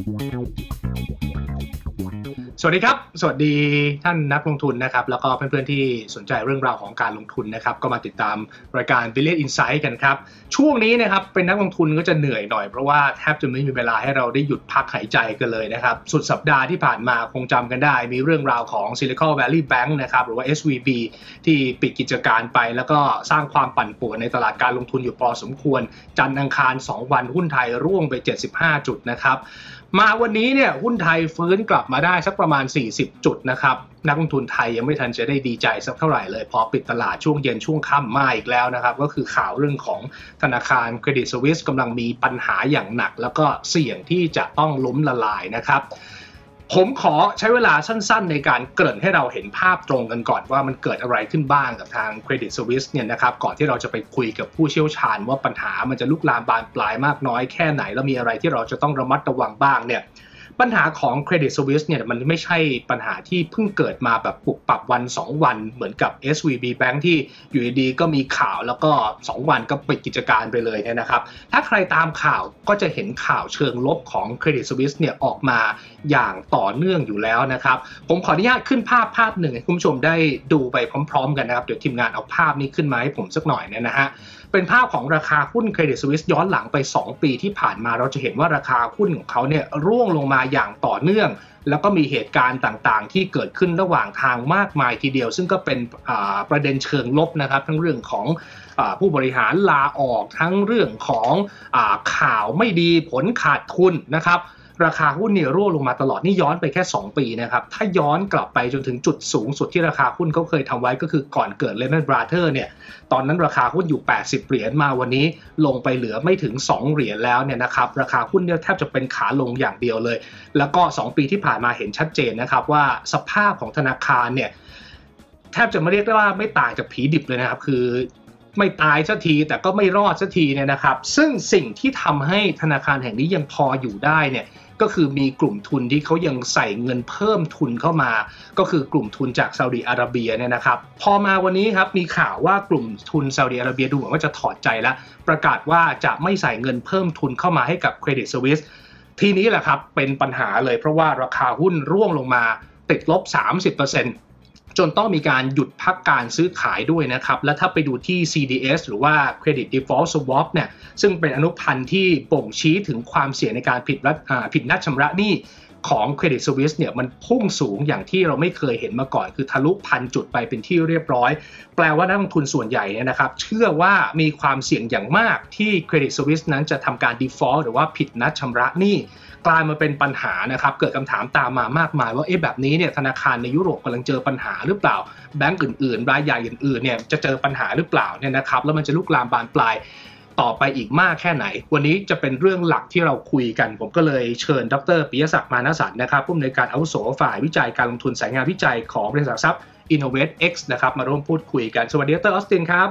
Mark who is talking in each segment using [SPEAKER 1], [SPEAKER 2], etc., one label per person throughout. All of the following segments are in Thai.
[SPEAKER 1] สวัสดีครับสวัสดีท่านนักลงทุนนะครับแล้วก็เพื่อนๆที่สนใจเรื่องราวของการลงทุนนะครับก็มาติดตามรายการ Brilliant Insight กันครับช่วงนี้นะครับเป็นนักลงทุนก็จะเหนื่อยหน่อยเพราะว่าแทบจะไม่มีเวลาให้เราได้หยุดพักหายใจกันเลยนะครับสุดสัปดาห์ที่ผ่านมาคงจำกันได้มีเรื่องราวของ Silicon Valley Bank นะครับหรือว่า SVB ที่ปิดกิจการไปแล้วก็สร้างความปั่นป่วนในตลาดการลงทุนอยู่พอสมควรจันทร์อังคาร2วันหุ้นไทยร่วงไป75จุดนะครับมาวันนี้เนี่ยหุ้นไทยฟื้นกลับมาได้สักประมาณ40จุดนะครับนักลงทุนไทยยังไม่ทันจะได้ดีใจสักเท่าไหร่เลยพอปิดตลาดช่วงเย็นช่วงค่ำมาอีกแล้วนะครับก็คือข่าวเรื่องของธนาคารเครดิตสวิสกำลังมีปัญหาอย่างหนักแล้วก็เสี่ยงที่จะต้องล้มละลายนะครับผมขอใช้เวลาสั้นๆในการเกริ่นให้เราเห็นภาพตรงกันก่อนว่ามันเกิดอะไรขึ้นบ้างกับทาง Credit Suisse เนี่ยนะครับก่อนที่เราจะไปคุยกับผู้เชี่ยวชาญว่าปัญหามันจะลุกลามบานปลายมากน้อยแค่ไหนแล้วมีอะไรที่เราจะต้องระมัดระวังบ้างเนี่ยปัญหาของ Credit Suisse เนี่ยมันไม่ใช่ปัญหาที่เพิ่งเกิดมาแบบปุบปับวัน2วันเหมือนกับ SVB Bank ที่อยู่ดีๆก็มีข่าวแล้วก็2วันก็ปิดกิจการไปเลยเนี่ยนะครับถ้าใครตามข่าวก็จะเห็นข่าวเชิงลบของ Credit Suisse เนี่ยออกมาอย่างต่อเนื่องอยู่แล้วนะครับผมขออนุญาตขึ้นภาพหนึ่งให้คุณผู้ชมได้ดูไปพร้อมๆกันนะครับเดี๋ยวทีมงานเอาภาพนี้ขึ้นมาให้ผมสักหน่อยเนี่ยนะฮะเป็นภาพของราคาหุ้น Credit Suisse ย้อนหลังไป2ปีที่ผ่านมาเราจะเห็นว่าราคาหุ้นของเขาเนี่ยร่วงลงมาอย่างต่อเนื่องแล้วก็มีเหตุการณ์ต่างๆที่เกิดขึ้นระหว่างทางมากมายทีเดียวซึ่งก็เป็นประเด็นเชิงลบนะครับทั้งเรื่องของผู้บริหารลาออกทั้งเรื่องของข่าวไม่ดีผลขาดทุนนะครับราคาหุ้นเนี่ยร่วงลงมาตลอดนี่ย้อนไปแค่2ปีนะครับถ้าย้อนกลับไปจนถึงจุดสูงสุดที่ราคาหุ้นเขาเคยทำไว้ก็คือก่อนเกิด Lehman Brothers เนี่ยตอนนั้นราคาหุ้นอยู่80เหรียญมาวันนี้ลงไปเหลือไม่ถึง2เหรียญแล้วเนี่ยนะครับราคาหุ้นเนี่ยแทบจะเป็นขาลงอย่างเดียวเลยแล้วก็2ปีที่ผ่านมาเห็นชัดเจนนะครับว่าสภาพของธนาคารเนี่ยแทบจะไม่เรียกได้ว่าไม่ต่างจากผีดิบเลยนะครับคือไม่ตายสักทีแต่ก็ไม่รอดสักทีเนี่ยนะครับซึ่งสิ่งที่ทำให้ธนาคารแห่งนี้ยังพออยู่ได้เนี่ยก็คือมีกลุ่มทุนที่เขายังใส่เงินเพิ่มทุนเข้ามาก็คือกลุ่มทุนจากซาอุดิอาระเบียเนี่ยนะครับพอมาวันนี้ครับมีข่าวว่ากลุ่มทุนซาอุดิอาระเบียดูเหมือนว่าจะถอดใจแล้วประกาศว่าจะไม่ใส่เงินเพิ่มทุนเข้ามาให้กับ Credit Suisse ทีนี้แหละครับเป็นปัญหาเลยเพราะว่าราคาหุ้นร่วงลงมาติดลบ 30%จนต้องมีการหยุดพักการซื้อขายด้วยนะครับและถ้าไปดูที่ CDS หรือว่า Credit Default Swap เนี่ยซึ่งเป็นอนุพันธ์ที่บ่งชี้ถึงความเสี่ยงในการผิดนัดชำระหนี้ของ Credit Suisse เนี่ยมันพุ่งสูงอย่างที่เราไม่เคยเห็นมาก่อนคือทะลุ 1,000 จุดไปเป็นที่เรียบร้อยแปลว่านักลงทุนส่วนใหญ่เนี่ยนะครับเชื่อว่ามีความเสี่ยงอย่างมากที่ Credit Suisse นั้นจะทำการ Default หรือว่าผิดนัดชำระหนี้กลายมาเป็นปัญหานะครับเกิดคำถามตามมามากมายว่าแบบนี้เนี่ยธนาคารในยุโรปกำลังเจอปัญหาหรือเปล่าแบงก์อื่นๆรายใหญ่อื่นๆเนี่ยจะเจอปัญหาหรือเปล่าเนี่ยนะครับแล้วมันจะลุกลามบานปลายต่อไปอีกมากแค่ไหนวันนี้จะเป็นเรื่องหลักที่เราคุยกันผมก็เลยเชิญดร.ปิยศักดิ์ มานสันนะครับผู้อำนวยการอาวุโสฝ่ายวิจัยการลงทุนสายงานวิจัยของบริษัทหลักทรัพย์ Innovate X นะครับมาร่วมพูดคุยกันสวัสดีดร.ออสตินครับ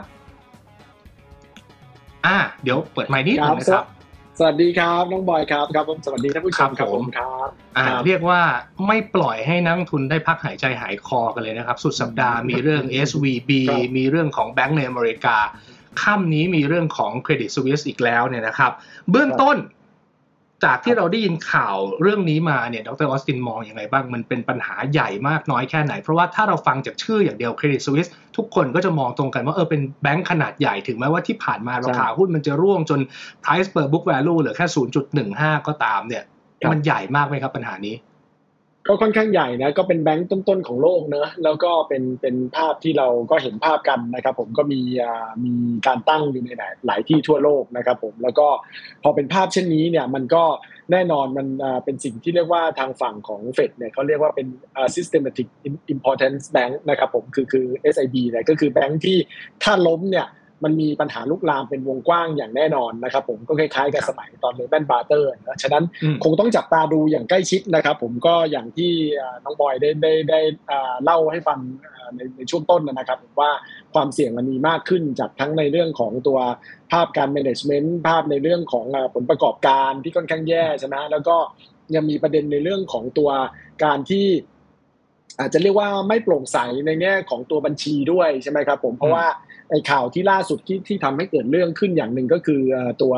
[SPEAKER 1] เดี๋ยวเปิดไมค์นิดนึงนะครับ
[SPEAKER 2] สวัสดีครับน้องบอยครับครับผมสวัสดีท่านผู้ชมครับผมครับ
[SPEAKER 1] เรียกว่าไม่ปล่อยให้นักลงทุนได้พักหายใจหายคอกันเลยนะครับสุดสัปดาห์มีเรื่อง SVB มีเรื่องของแบงก์ในอเมริกาค่ำนี้มีเรื่องของ Credit Suisse อีกแล้วเนี่ยนะครับเบื้องต้นจากที่เราได้ยินข่าวเรื่องนี้มาเนี่ยดร.ออสตินมองยังไงบ้างมันเป็นปัญหาใหญ่มากน้อยแค่ไหนเพราะว่าถ้าเราฟังจากชื่ออย่างเดียว Credit Suisse ทุกคนก็จะมองตรงกันว่าเป็นแบงก์ขนาดใหญ่ถึงแม้ว่าที่ผ่านมาราคาหุ้นมันจะร่วงจน price per book value เหลือแค่ 0.15 ก็ตามเนี่ยมันใหญ่มากไหมครับปัญหานี้
[SPEAKER 2] ก็ค่อนข้างใหญ่นะก็เป็นแบงก์ต้นๆของโลกเนอะแล้วก็เป็นภาพที่เราก็เห็นภาพกันนะครับผมก็มีการตั้งอยู่ในหลายที่ทั่วโลกนะครับผมแล้วก็พอเป็นภาพเช่นนี้เนี่ยมันก็แน่นอนมันเป็นสิ่งที่เรียกว่าทางฝั่งของเฟดเนี่ยเขาเรียกว่าเป็น systematic importance bank นะครับผมคือ SIB เนี่ยก็คือแบงก์ที่ถ้าล้มเนี่ยมันมีปัญหาลุกลามเป็นวงกว้างอย่างแน่นอนนะครับผมก็คล้ายๆกับสมัยตอน Lehman Brothers นะฉะนั้นคงต้องจับตาดูอย่างใกล้ชิดนะครับผมก็อย่างที่น้องบอยได้เล่าให้ฟังในช่วงต้นนะครับผมว่าความเสี่ยงมันมีมากขึ้นจากทั้งในเรื่องของตัวภาพการ management ภาพในเรื่องของผลประกอบการที่ค่อนข้างแย่ใช่ไหมแล้วก็ยังมีประเด็นในเรื่องของตัวการที่อาจจะเรียกว่าไม่โปร่งใสในแง่ของตัวบัญชีด้วยใช่ไหมครับผมเพราะว่าไอ้ข่าวที่ล่าสุดที่ทำให้เกิดเรื่องขึ้นอย่างหนึ่งก็คือตัว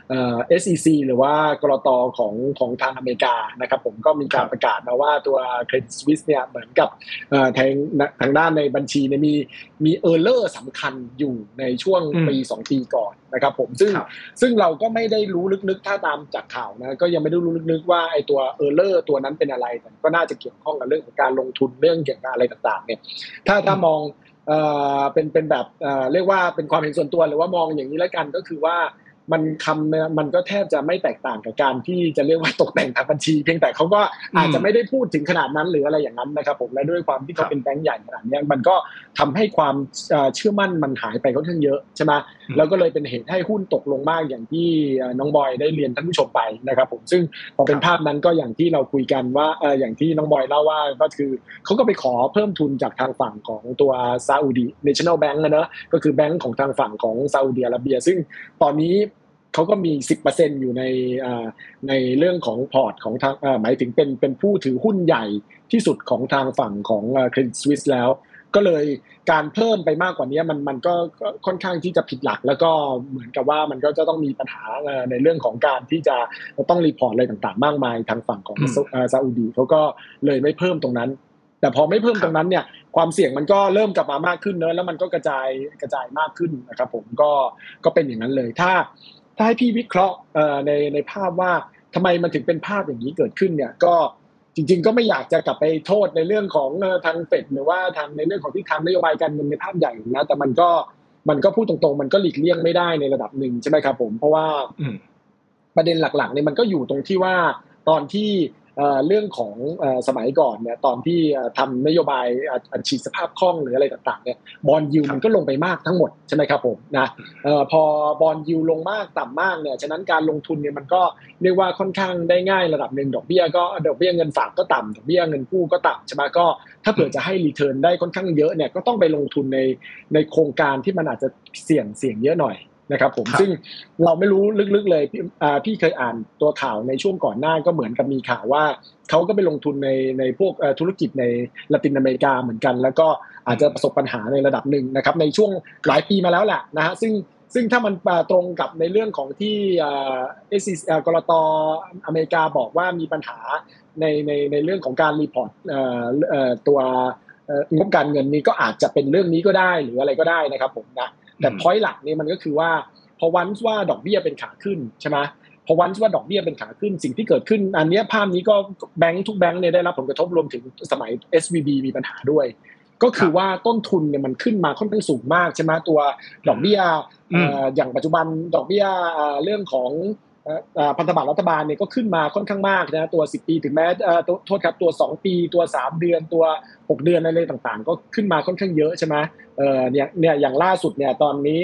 [SPEAKER 2] SEC หรือว่ากลตของทางอเมริกานะครับผมก็มีการประกาศมาว่าตัว Credit Suisse เนี่ยเหมือนกับทางด้านในบัญชีเนี่ยมีเออร์เลอร์สำคัญอยู่ในช่วงปี2 ปีก่อนนะครับผมซึ่งเราก็ไม่ได้รู้ลึกๆถ้าตามจากข่าวนะก็ยังไม่ได้รู้ลึกๆว่าไอ้ตัวเออร์เลอร์ตัวนั้นเป็นอะไรแต่ก็น่าจะเกี่ยวข้องกับเรื่องของการลงทุนเรื่องเกี่ยวกับอะไรต่างๆเนี่ยถ้ามองเป็นแบบเรียกว่าเป็นความเห็นส่วนตัวหรือว่ามองอย่างนี้แล้วกันก็คือว่ามันก็แทบจะไม่แตกต่างกับการที่จะเรียกว่าตกแต่งทางบัญชีเพียงแต่เขาก็อาจจะไม่ได้พูดถึงขนาดนั้นหรืออะไรอย่างนั้นนะครับผมและด้วยความที่เขาเป็นแบงก์ใหญ่ขนาดนี้มันก็ทำให้ความเชื่อมั่นมันหายไปค่อนข้างเยอะใช่ไหมแล้วก็เลยเป็นเหตุให้หุ้นตกลงมากอย่างที่น้องบอยได้เรียนท่านผู้ชมไปนะครับผมซึ่งพอเป็นภาพนั้นก็อย่างที่เราคุยกันว่าอย่างที่น้องบอยเล่าว่าก็คือเขาก็ไปขอเพิ่มทุนจากทางฝั่งของตัวซาอุดี National Bank นะเนอะก็คือแบงก์ของทางฝั่งของซาอุดิอาระเบียซึ่งตอนนี้เขาก็มี 10% อยู่ในเรื่องของพอร์ตของทางหมายถึงเป็นผู้ถือหุ้นใหญ่ที่สุดของทางฝั่งของCredit Suisse แล้วก็เลยการเพิ่มไปมากกว่านี้มันก็ค่อนข้างที่จะผิดหลักแล้วก็เหมือนกับว่ามันก็จะต้องมีปัญหาในเรื่องของการที่จะต้องรีพอร์ตอะไรต่างๆมากมายทางฝั่งของซาอุดีเขาก็เลยไม่เพิ่มตรงนั้นแต่พอไม่เพิ่มตรงนั้นเนี่ยความเสี่ยงมันก็เริ่มกลับมามากขึ้นเนอะแล้วมันก็กระจายมากขึ้นนะครับผมก็เป็นอย่างนั้นเลยถ้าให้พี่วิเคราะห์ในภาพว่าทำไมมันถึงเป็นภาพอย่างนี้เกิดขึ้นเนี่ยก็จริงๆก็ไม่อยากจะกลับไปโทษในเรื่องของทางเฟดหรือว่าทางในเรื่องของที่ทำนโยบายการเงินในภาพใหญ่นะแต่มันก็พูดตรงๆมันก็หลีกเลี่ยงไม่ได้ในระดับหนึ่งใช่ไหมครับผมเพราะว่าประเด็นหลักๆเนี่ยมันก็อยู่ตรงที่ว่าตอนที่เรื่องของสมัยก่อนเนี่ยตอนที่ทำนโยบายอัดฉีดสภาพคล่องหรืออะไรต่างๆเนี่ยบอนด์ยิลด์มันก็ลงไปมากทั้งหมดใช่ไหมครับผมนะพอบอนด์ยิลด์ลงมากต่ำมากเนี่ยฉะนั้นการลงทุนเนี่ยมันก็เรียกว่าค่อนข้างได้ง่ายระดับหนึ่งดอกเบี้ยเงินฝากก็ต่ำดอกเบี้ยเงินกู้ก็ต่ำใช่ไหมก็ถ้าเผื่อจะให้รีเทิร์นได้ค่อนข้างเยอะเนี่ยก็ต้องไปลงทุนในโครงการที่มันอาจจะเสี่ยงเยอะหน่อยนะครับผมซึ่งเราไม่รู้ลึกๆเลยพี่เคยอ่านตัวข่าวในช่วงก่อนหน้าก็เหมือนกับมีข่าวว่าเขาก็ไปลงทุนในพวกธุรกิจในละตินอเมริกาเหมือนกันแล้วก็อาจจะประสบปัญหาในระดับหนึ่งนะครับในช่วงหลายปีมาแล้วแหละนะฮะซึ่งถ้ามันตรงกับในเรื่องของที่กลต.อเมริกาบอกว่ามีปัญหาในเรื่องของการรีพอร์ตตัวงบการเงินนี้ก็อาจจะเป็นเรื่องนี้ก็ได้หรืออะไรก็ได้นะครับผมนะแต่พอยต์หลักนี่มันก็คือว่าพอวันว่าดอกเบี้ยเป็นขาขึ้นใช่ไหมพอวันว่าดอกเบี้ยเป็นขาขึ้นสิ่งที่เกิดขึ้นอันนี้ภาพนี้ก็แบงค์ทุกแบงค์เนี่ยได้รับผลกระทบรวมถึงสมัย SVB มีปัญหาด้วยก็คือว่าต้นทุนเนี่ยมันขึ้นมาค่อนข้างสูงมากใช่ไหมตัวดอกเบี้ยอย่างปัจจุบันดอกเบี้ยเรื่องของพันธบัตรรัฐบาลเนี่ยก็ขึ้นมาค่อนข้างมากนะตัว10 ปีถึงแม้โทษครับตัว2 ปีตัว3 เดือนตัว6 เดือนอะไรต่างๆก็ขึ้นมาค่อนข้างเยอะใช่ไหมเนี่ยอย่างล่าสุดเนี่ยตอนนี้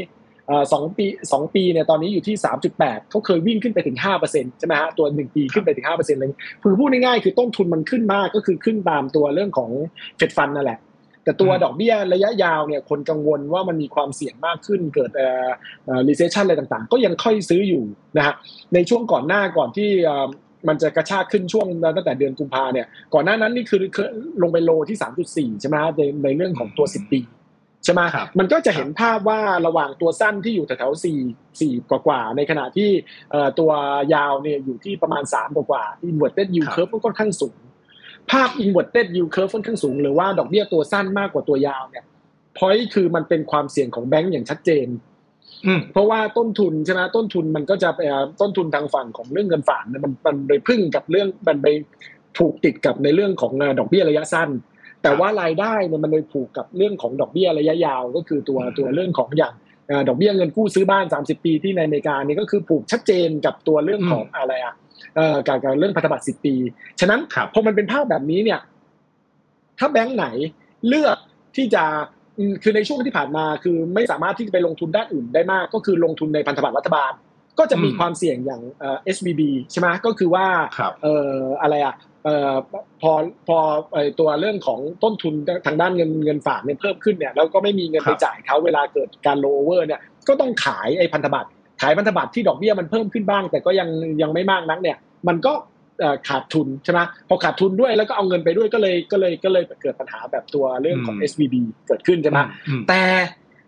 [SPEAKER 2] 2 ปีเนี่ยตอนนี้อยู่ที่ 3.8 เขาเคยวิ่งขึ้นไปถึง 5% ใช่ไหมฮะตัว1 ปีขึ้นไปถึง 5% เลยคือพูดง่ายๆคือต้นทุนมันขึ้นมากก็คือขึ้นตามตัวเรื่องของเฟดฟันนั่นแหละแต่ตัวดอกเบี้ยระยะยาวเนี่ยคนกังวลว่ามันมีความเสี่ยงมากขึ้นเกิดrecession อะไรต่างๆก็ยังค่อยซื้ออยู่นะฮะในช่วงก่อนหน้าก่อนที่มันจะกระชากขึ้นช่วงตั้งแต่เดือนกุมภาเนี่ยก่อนหน้านั้นนี่คือลงไปโลที่ 3.4 ใช่ไหมในเรื่องของตัว10 ปีใช่ไหมมันก็จะเห็นภาพว่าระหว่างตัวสั้นที่อยู่แถวๆ4กว่าในขณะที่ตัวยาวเนี่ยอยู่ที่ประมาณ3กว่า inverted yield curve ก็ค่อนข้างสูงภาพ inverted yield curve ค่อนข้างสูงหรือว่าดอกเบี้ยตัวสั้นมากกว่าตัวยาวเนี่ย point คือมันเป็นความเสี่ยงของแบงก์อย่างชัดเจนเพราะว่าต้นทุนใช่ไหมต้นทุนมันก็จะต้นทุนทางฝั่งของเรื่องเงินฝากเนี่ยมันไปพึ่งกับเรื่องมันไปผูกติดกับในเรื่องของดอกเบี้ยระยะสั้นแต่ว่ารายได้เนี่ยมันไปผูกกับเรื่องของดอกเบี้ยระยะยาวก็คือตัวเรื่องของอย่างดอกเบี้ยเงินกู้ซื้อบ้าน30 ปีที่ในอเมริกานี่ก็คือผูกชัดเจนกับตัวเรื่องของอะไรกับเรื่องพันธบัตร10 ปีฉะนั้นพอมันเป็นภาพแบบนี้เนี่ยถ้าแบงก์ไหนเลือกที่จะคือในช่วงที่ผ่านมาคือไม่สามารถที่จะไปลงทุนด้านอื่นได้มากก็คือลงทุนในพันธบัตรรัฐบาลก็จะมีความเสี่ยงอย่างSVB ใช่ไหมก็คือว่าอะไรพอตัวเรื่องของต้นทุนทางด้านเงินฝากเนี่ยเพิ่มขึ้นเนี่ยแล้วก็ไม่มีเงินไปจ่ายเขาเวลาเกิดการโลเวอร์เนี่ยก็ต้องขายไอ้พันธบัตรที่ดอกเบี้ยมันเพิ่มขึ้นบ้างแต่ก็ยังไม่มากนักเนี่ยมันก็ขาดทุนใช่ไหมพอขาดทุนด้วยแล้วก็เอาเงินไปด้วยก็เลยเกิดปัญหาแบบตัวเรื่องของ SVB เกิดขึ้นใช่ไหมแต่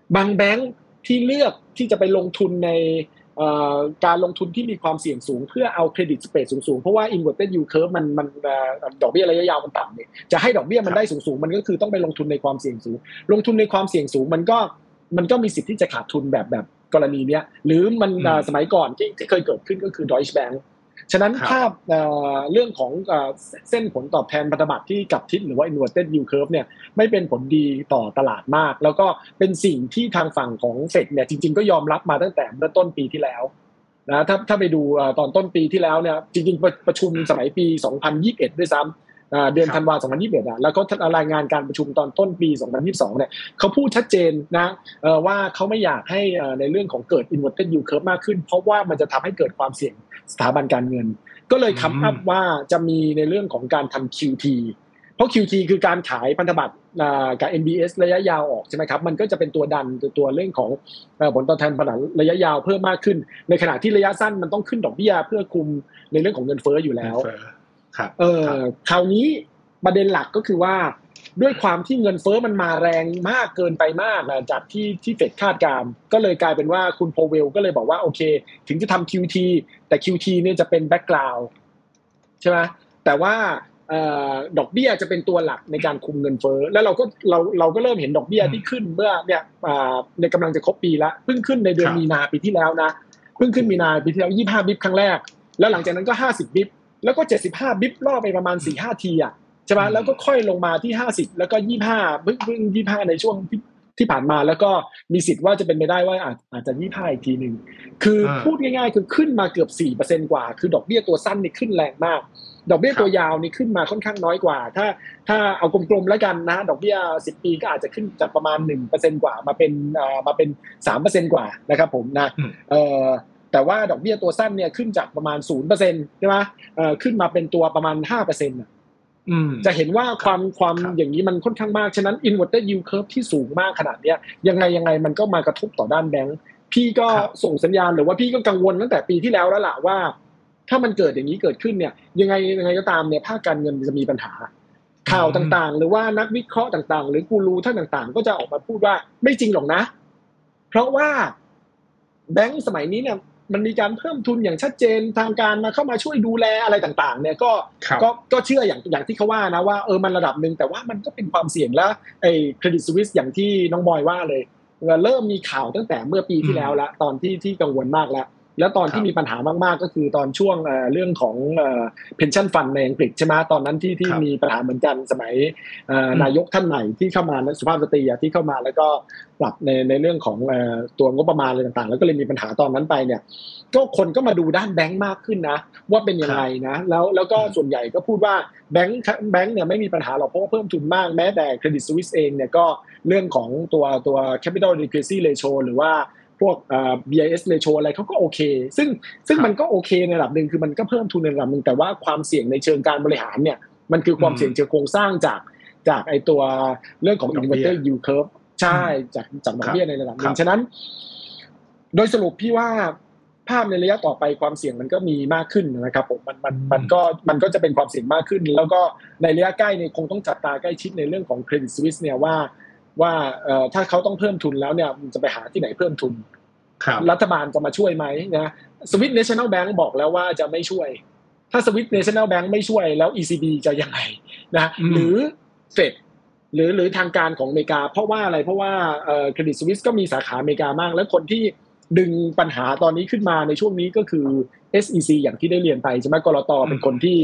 [SPEAKER 2] บางแบงค์ที่เลือกที่จะไปลงทุนในการลงทุนที่มีความเสี่ยงสูงเพื่อเอาเครดิตสเปรดสูงๆเพราะว่า inverted yield curve มันดอกเบี้ยระยะยาวมันต่ำเนี่ยจะให้ดอกเบี้ยมันได้สูงๆมันก็คือต้องไปลงทุนในความเสี่ยงสูงลงทุนในความเสี่ยงสูงมันก็มีสิทธิ์ที่จะขาดทุนแบบกรณีเนี้ยหรือมันสมัยก่อนที่เคยเกิดขึ้นก็คือ Deutsche Bank ฉะนั้นภาพเรื่องของเส้นผลตอบแทนพันธบัตรที่กลับทิศหรือว่า inverted yield curve เนี่ยไม่เป็นผลดีต่อตลาดมากแล้วก็เป็นสิ่งที่ทางฝั่งของเฟดเนี่ยจริงๆก็ยอมรับมาตั้งแต่เมื่อต้นปีที่แล้วนะถ้าไปดูตอนต้นปีที่แล้วเนี่ยจริงๆประชุมสมัยปี2021ด้วยซ้ำเดือนธันวาคม2021แล้วก็รายงานการประชุมตอนต้นปี2022เนี่ยเขาพูดชัดเจนนะว่าเขาไม่อยากให้ในเรื่องของเกิด inverted yield curve มากขึ้นเพราะว่ามันจะทำให้เกิดความเสี่ยงสถาบันการเงินก็เลยคัมอัพว่าจะมีในเรื่องของการทำ QT เพราะ QT คือการขายพันธบัตรกับ MBS ระยะยาวออกใช่ไหมครับมันก็จะเป็นตัวดันตัวเรื่องของผลตอบแทนพันธบัตรระยะยาวเพิ่มมากขึ้นในขณะที่ระยะสั้นมันต้องขึ้นดอกเบี้ยเพื่อคุมในเรื่องของเงินเฟ้ออยู่แล้วคราวนี้ประเด็นหลักก็คือว่าด้วยความที่เงินเฟ้อมันมาแรงมากเกินไปมากจากที่เฟดคาดการณ์ก็เลยกลายเป็นว่าคุณโพเวลก็เลยบอกว่าโอเคถึงจะทำ QT แต่ QT เนี่ยจะเป็นแบ็คกราวด์ใช่ไหมแต่ว่าดอกเบี้ยจะเป็นตัวหลักในการคุมเงินเฟ้อแล้วเราก็เริ่มเห็นดอกเบี้ยที่ขึ้นเมื่อเนี่ยในกำลังจะครบปีแล้วเพิ่งขึ้นในเดือนมีนาปีที่แล้วนะเพิ่งขึ้นมีนาปีที่แล้ว25 บิปครั้งแรกแล้วหลังจากนั้นก็50 บิปแล้วก็75 บิปล่อไปประมาณ 4-5 ทีอ่ะใช่ไหมแล้วก็ค่อยลงมาที่50แล้วก็25เพิ่ง25ในช่วงที่ผ่านมาแล้วก็มีสิทธิ์ว่าจะเป็นไปได้ว่าอาจจะ25อีกทีนึงคือพูดง่ายๆคือขึ้นมาเกือบ 4% กว่าคือดอกเบี้ยตัวสั้นนี่ขึ้นแรงมากดอกเบี้ยตัวยาวนี่ขึ้นมาค่อนข้างน้อยกว่าถ้าเอากลมๆแล้วกันนะดอกเบี้ย10 ปีก็อาจจะขึ้นจากประมาณ 1% กว่ามาเป็น 3% กว่านะครับผมนะแต่ว่าดอกเบี้ยตัวสั้นเนี่ยขึ้นจากประมาณ 0% ใช่ไหมขึ้นมาเป็นตัวประมาณ 5%จะเห็นว่าความอย่างนี้มันค่อนข้างมากฉะนั้น inverted yield curve ที่สูงมากขนาดเนี้ยยังไงมันก็มากระทบต่อด้านแบงค์พี่ก็ส่งสัญญาณหรือว่าพี่ก็กังวลตั้งแต่ปีที่แล้วล่ะว่าถ้ามันเกิดอย่างนี้เกิดขึ้นเนี่ยยังไงก็ตามเนี่ยภาคการเงินจะมีปัญหาข่าวต่างๆหรือว่านักวิเคราะห์ต่างๆหรือกูรูท่านต่างๆก็จะออกมาพูดว่าไม่จริงหรอกนะเพราะว่าแบงค์สมัยนี้เนี่ยมันมีการเพิ่มทุนอย่างชัดเจนทางการมาเข้ามาช่วยดูแลอะไรต่างๆเนี่ยก็เชื่ออย่างที่เขาว่านะว่ามันระดับนึงแต่ว่ามันก็เป็นความเสี่ยงแล้วไอ้เครดิตสวิสอย่างที่น้องบอยว่าเลยเริ่มมีข่าวตั้งแต่เมื่อปีที่แล้วละตอนที่กังวลมากแล้วตอนที่มีปัญหามากๆก็คือตอนช่วงเรื่องของpension fund ในอังกฤษใช่ไหมตอนนั้นที่มีปัญหาเหมือนกันสมัยนายกท่านใหม่ที่เข้ามาสุภาพสตรีที่เข้ามาแล้วก็ปรับในเรื่องของตัวงบประมาณอะไรต่างๆแล้วก็เลยมีปัญหาตอนนั้นไปเนี่ยก็คนก็มาดูด้านแบงค์มากขึ้นนะว่าเป็นยังไงนะแล้วก็ส่วนใหญ่ก็พูดว่าแบงค์เนี่ยไม่มีปัญหาหรอกเพราะว่าเพิ่มทุนมากแม้แต่ Credit Suisse เองเนี่ยก็เรื่องของตัว capital adequacy ratio หรือว่าพวกBIS ratio อะไรเขาก็โอเคซึ่งมันก็โอเคในระดับนึงคือมันก็เพิ่มทุนในระดับนึงแต่ว่าความเสี่ยงในเชิงการบริหารเนี่ยมันคือความเสี่ยงเชิงโครงสร้างจากไอตัวเรื่องของ inverted yield curve ใช่จากดอกเบี้ยในระดับนึงฉะนั้นโดยสรุปพี่ว่าภาพในระยะต่อไปความเสี่ยงมันก็มีมากขึ้นนะครับผมมันก็จะเป็นความเสี่ยงมากขึ้นแล้วก็ในระยะใกล้เนี่ยคงต้องจับตาใกล้ชิดในเรื่องของ Credit Suisse เนี่ยว่าถ้าเขาต้องเพิ่มทุนแล้วเนี่ยจะไปหาที่ไหนเพิ่มทุนรัฐบาลจะมาช่วยไหมนะสวิส National Bank บอกแล้วว่าจะไม่ช่วยถ้าสวิส National Bank ไม่ช่วยแล้ว ECB จะยังไงนะหรือเฟดหรือทางการของอเมริกาเพราะว่าอะไรเพราะว่าCredit Suisse ก็มีสาขาอเมริกามากและคนที่ดึงปัญหาตอนนี้ขึ้นมาในช่วงนี้ก็คือ SEC อย่างที่ได้เรียนไปใช่ไหมกลตเป็นคนที่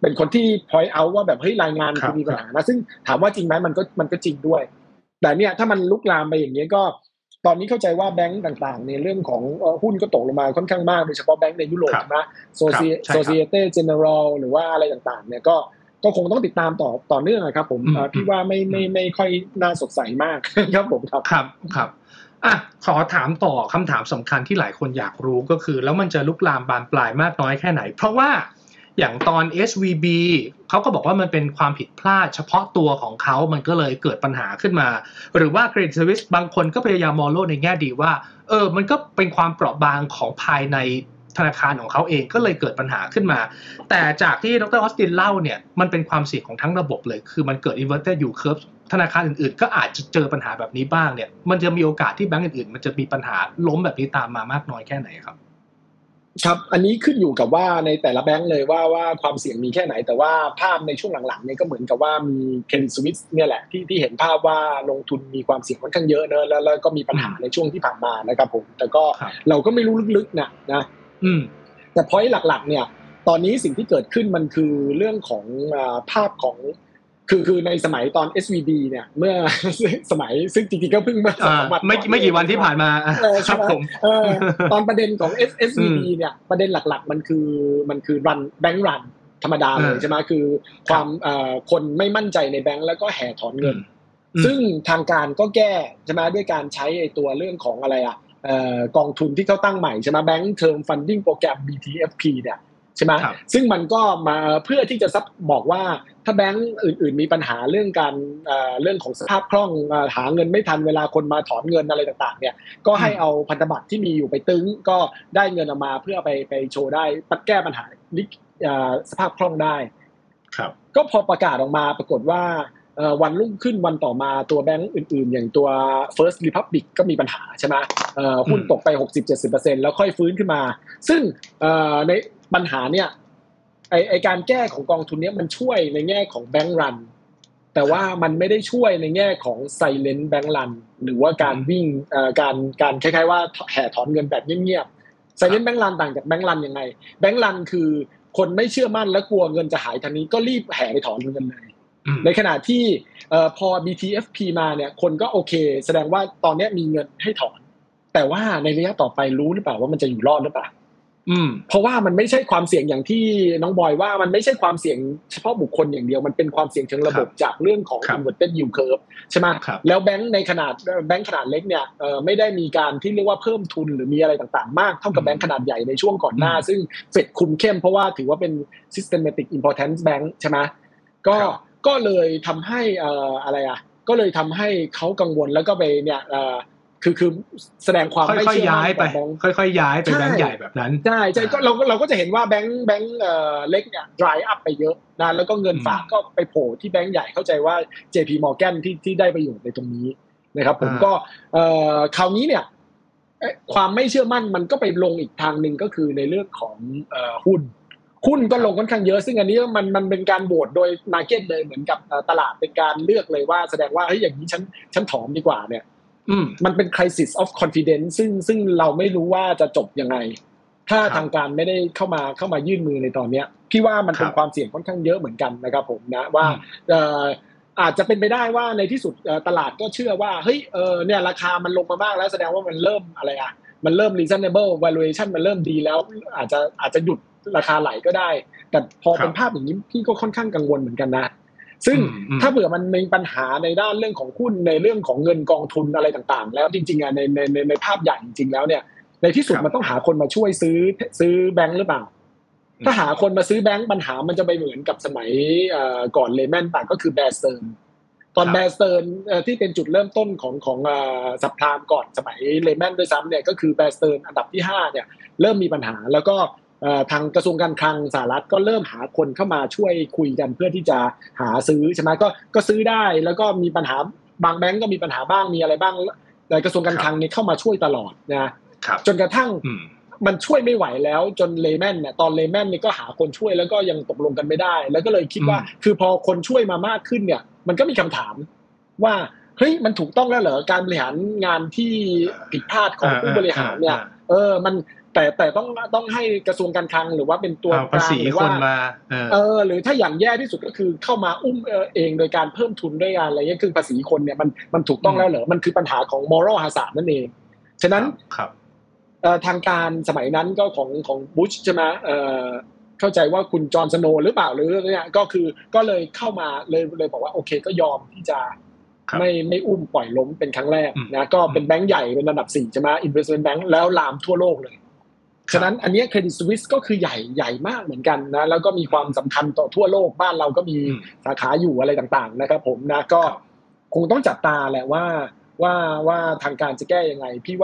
[SPEAKER 2] point out ว่าแบบเฮ้ยรายงานมีปัญหานะซึ่งถามว่าจริงไหมมันก็จริงด้วยแต่เนี่ยถ้ามันลุกลามไปอย่างนี้ก็ตอนนี้เข้าใจว่าแบงก์ต่างๆในเรื่องของหุ้นก็ตกลงมาค่อนข้างมากโดยเฉพาะแบงก์ในยุโรปนะSociete Generale หรือว่าอะไรต่างๆเนี่ยก็คงต้องติดตามต่อเนื่องนะครับผมพี่ว่าไม่ค่อยน่าสดใสมากครับผม
[SPEAKER 1] ครับขอถามต่อคำถามสำคัญที่หลายคนอยากรู้ก็คือแล้วมันจะลุกลามบานปลายมากน้อยแค่ไหนเพราะว่าอย่างตอน SVB เขาก็บอกว่ามันเป็นความผิดพลาดเฉพาะตัวของเขามันก็เลยเกิดปัญหาขึ้นมาหรือว่า Credit Suisse บางคนก็พยายามมองโลกในแง่ดีว่ามันก็เป็นความเปราะบางของภายในธนาคารของเขาเองก็เลยเกิดปัญหาขึ้นมาแต่จากที่ดร.ออสตินเล่าเนี่ยมันเป็นความเสี่ยงของทั้งระบบเลยคือมันเกิด inverted yield curve ธนาคารอื่นๆก็อาจจะเจอปัญหาแบบนี้บ้างเนี่ยมันจะมีโอกาสที่แบงก์อื่นๆมันจะมีปัญหาล้มแบบนี้ตามมามากน้อยแค่ไหนครับ
[SPEAKER 2] ครับอันนี้ขึ้นอยู่กับว่าในแต่ละแบงก์เลยว่าความเสี่ยงมีแค่ไหนแต่ว่าภาพในช่วงหลังๆเนี่ยก็เหมือนกับว่ามีเครดิตสวิสเนี่ยแหละที่เห็นภาพว่าลงทุนมีความเสี่ยงค่อนข้างเยอะเนอะแล้วก็มีปัญหาในช่วงที่ผ่านมานะครับผมแต่ก็เราก็ไม่รู้ลึกๆนะแต่ point หลักๆเนี่ยตอนนี้สิ่งที่เกิดขึ้นมันคือเรื่องของภาพของคือในสมัยตอน SVB เนี่ยเมื่อสมัยซึ่งจริงๆก็เพิ่งเมื่อ2 วัน
[SPEAKER 1] ไม่กี่วันที่ผ่านมาครับผม
[SPEAKER 2] ตอนประเด็นของ SVB เนี่ยประเด็นหลักๆมันคือรันแบงก์รันธรรมดาเลยใช่ไหมคือความคนไม่มั่นใจในแบงก์แล้วก็แห่ถอนเงินซึ่งทางการก็แก้ใช่ไหมด้วยการใช้ไอ้ตัวเรื่องของอะไรกองทุนที่เขาตั้งใหม่ใช่ไหม Bank Term Funding Program BTFP เนี่ยใช่ไหมซึ่งมันก็มาเพื่อที่จะบอกว่าถ้าแบงก์อื่นๆมีปัญหาเรื่องของสภาพคล่องหาเงินไม่ทันเวลาคนมาถอนเงินอะไรต่างๆเนี่ยก็ให้เอาพันธบัตรที่มีอยู่ไปตึงก็ได้เงินออกมาเพื่อไปโชว์ได้แก้ปัญหาสภาพคล่องได้
[SPEAKER 1] ครับ
[SPEAKER 2] ก็พอประกาศออกมาปรากฏว่าวันรุ่งขึ้นวันต่อมาตัวแบงก์อื่นๆอย่างตัว First Republic ก็มีปัญหาใช่ไหมหุ้นตกไป 60-70% แล้วค่อยฟื้นขึ้นมาซึ่งในปัญหาเนี่ยไอการแก้ของกองทุนนี้มันช่วยในแง่ของแบงก์รันแต่ว่ามันไม่ได้ช่วยในแง่ของ Silent Bank Run หรือว่าการวิ่งการคล้ายๆว่าแห่ถอนเงินแบบเงียบๆ Silent Bank Run ต่างจากแบงก์รันยังไงแบงก์รันคือคนไม่เชื่อมั่นและกลัวเงินจะหายทันนี้ก็รีบแห่ไปถอนเงินเลยในขณะที่พอ BTFP มาเนี่ยคนก็โอเคแสดงว่าตอนนี้มีเงินให้ถอนแต่ว่าในระยะต่อไปรู้หรือเปล่าว่ามันจะอยู่รอดหรือเปล่าเพราะว่ามันไม่ใช่ความเสี่ยงอย่างที่น้องบอยว่ามันไม่ใช่ความเสี่ยงเฉพาะบุคคลอย่างเดียวมันเป็นความเสี่ยงเชิงระบบจากเรื่องของ inverted yield curve ใช่ไหมแล้วแบงค์ขนาดเล็กเนี่ยไม่ได้มีการที่เรียกว่าเพิ่มทุนหรือมีอะไรต่างๆมากเท่ากับแบงค์ขนาดใหญ่ในช่วงก่อนหน้าซึ่งเฟดคุมเข้มเพราะว่าถือว่าเป็น systematic importance bank ใช่ไหมก็เลยทำให้ก็เลยทำให้เขากังวลแล้วก็ไปเนี่ยคือแสดงความไม่เชื่อมั่น
[SPEAKER 1] ไปค่อยๆย้ายไปแบงค์ใหญ่แบบนั้น
[SPEAKER 2] ใช่ก็เราก็จะเห็นว่าแบงค์เล็กเนี่ย dry up ไปเยอะนะแล้วก็เงินฝากก็ไปโผล่ที่แบงค์ใหญ่เข้าใจว่า JP Morgan ที่ได้ประโยชน์ในตรงนี้นะครับผมก็คราวนี้เนี่ยความไม่เชื่อมั่นมันก็ไปลงอีกทางนึงก็คือในเรื่องของหุ้นก็ลงค่อนข้างเยอะซึ่งอันนี้มันเป็นการโหวตโดย market เลยเหมือนกับตลาดเป็นการเลือกเลยว่าแสดงว่าเฮ้ยอย่างนี้ฉันถอนดีกว่าเนี่ยมันเป็น crisis of confidence ซึ่งเราไม่รู้ว่าจะจบยังไงถ้าทางการไม่ได้เข้ามายื่นมือในตอนนี้พี่ว่ามันเป็นความเสี่ยงค่อนข้างเยอะเหมือนกันนะครับผมนะว่าอาจจะเป็นไปได้ว่าในที่สุดตลาดก็เชื่อว่าเฮ้ยเนี่ยราคามันลงมามากแล้วแสดงว่ามันเริ่มมันเริ่ม reasonable valuation มันเริ่มดีแล้วอาจจะหยุดราคาไหลก็ได้แต่พอเป็นภาพอย่างนี้พี่ก็ค่อนข้างกังวลเหมือนกันนะซึ่งถ้าเผื่อมันมีปัญหาในด้านเรื่องของหุ้นในเรื่องของเงินกองทุนอะไรต่างๆแล้วจริงๆในภาพใหญ่จริงๆแล้วเนี่ยในที่สุดมันต้องหาคนมาช่วยซื้อแบงค์หรือเปล่าถ้าหาคนมาซื้อแบงค์ปัญหามันจะไปเหมือนกับสมัยก่อนเลแมนต่างก็คือแบร์สเติร์นตอนแบร์สเติร์นที่เป็นจุดเริ่มต้นของซับไพรม์ก่อนสมัยเลแมนด้วยซ้ำเนี่ยก็คือแบร์สเติร์นอันดับที่5เนี่ยเริ่มมีปัญหาแล้วก็ทางกระทรวงการคลังสหรัฐก็เริ่มหาคนเข้ามาช่วยคุยกันเพื่อที่จะหาซื้อใช่ไหมก็ซื้อได้แล้วก็มีปัญหาบางแบงก์ก็มีปัญหาบ้างมีอะไรบ้างแต่กระทรวงการคลังนี่เข้ามาช่วยตลอดนะจนกระทั่งมันช่วยไม่ไหวแล้วจนเลแมนเนี่ยตอนเลแมนนี่ก็หาคนช่วยแล้วก็ยังตกลงกันไม่ได้แล้วก็เลยคิดว่าคือพอคนช่วยมามากขึ้นเนี่ยมันก็มีคำถามว่าเฮ้ยมันถูกต้องแล้วเหรอการบริหารงานที่ผิดพลาดของผู้บริหารเนี่ยมันแต่ต้องให้กระทรวงการคลังหรือว่าเป็นตัวกลางหรือว่าหรือถ้าอย่างแย่ที่สุดก็คือเข้ามาอุ้มเองโดยการเพิ่มทุนด้วยอะไรเงี้ยคือภาษีคนเนี่ยมันถูกต้องแล้วเหรอมันคือปัญหาของ moral hazard นั่นเองฉะนั้นทางการสมัยนั้นก็ของบุชใช่ไหมเข้าใจว่าคุณจอห์นสโนว์หรือเปล่าหรือเนี่ยก็เลยเข้ามาเลยบอกว่าโอเคก็ยอมที่จะไม่อุ้มปล่อยล้มเป็นครั้งแรกนะก็เป็นแบงก์ใหญ่เป็นอันดับ4ใช่ไหม investment bank แล้วลามทั่วโลกเลยฉะนั้นอันนี้ Credit Suisse ก็คือใหญ่มากเหมือนกันนะแล้วก็มีความสำคัญต่อทั่วโลกบ้านเราก็มีสาขาอยู่อะไรต่างๆนะครับผมนะก็คงต้องจับตาแหละว่าทางการจะแก้ยังไงพี่ว่า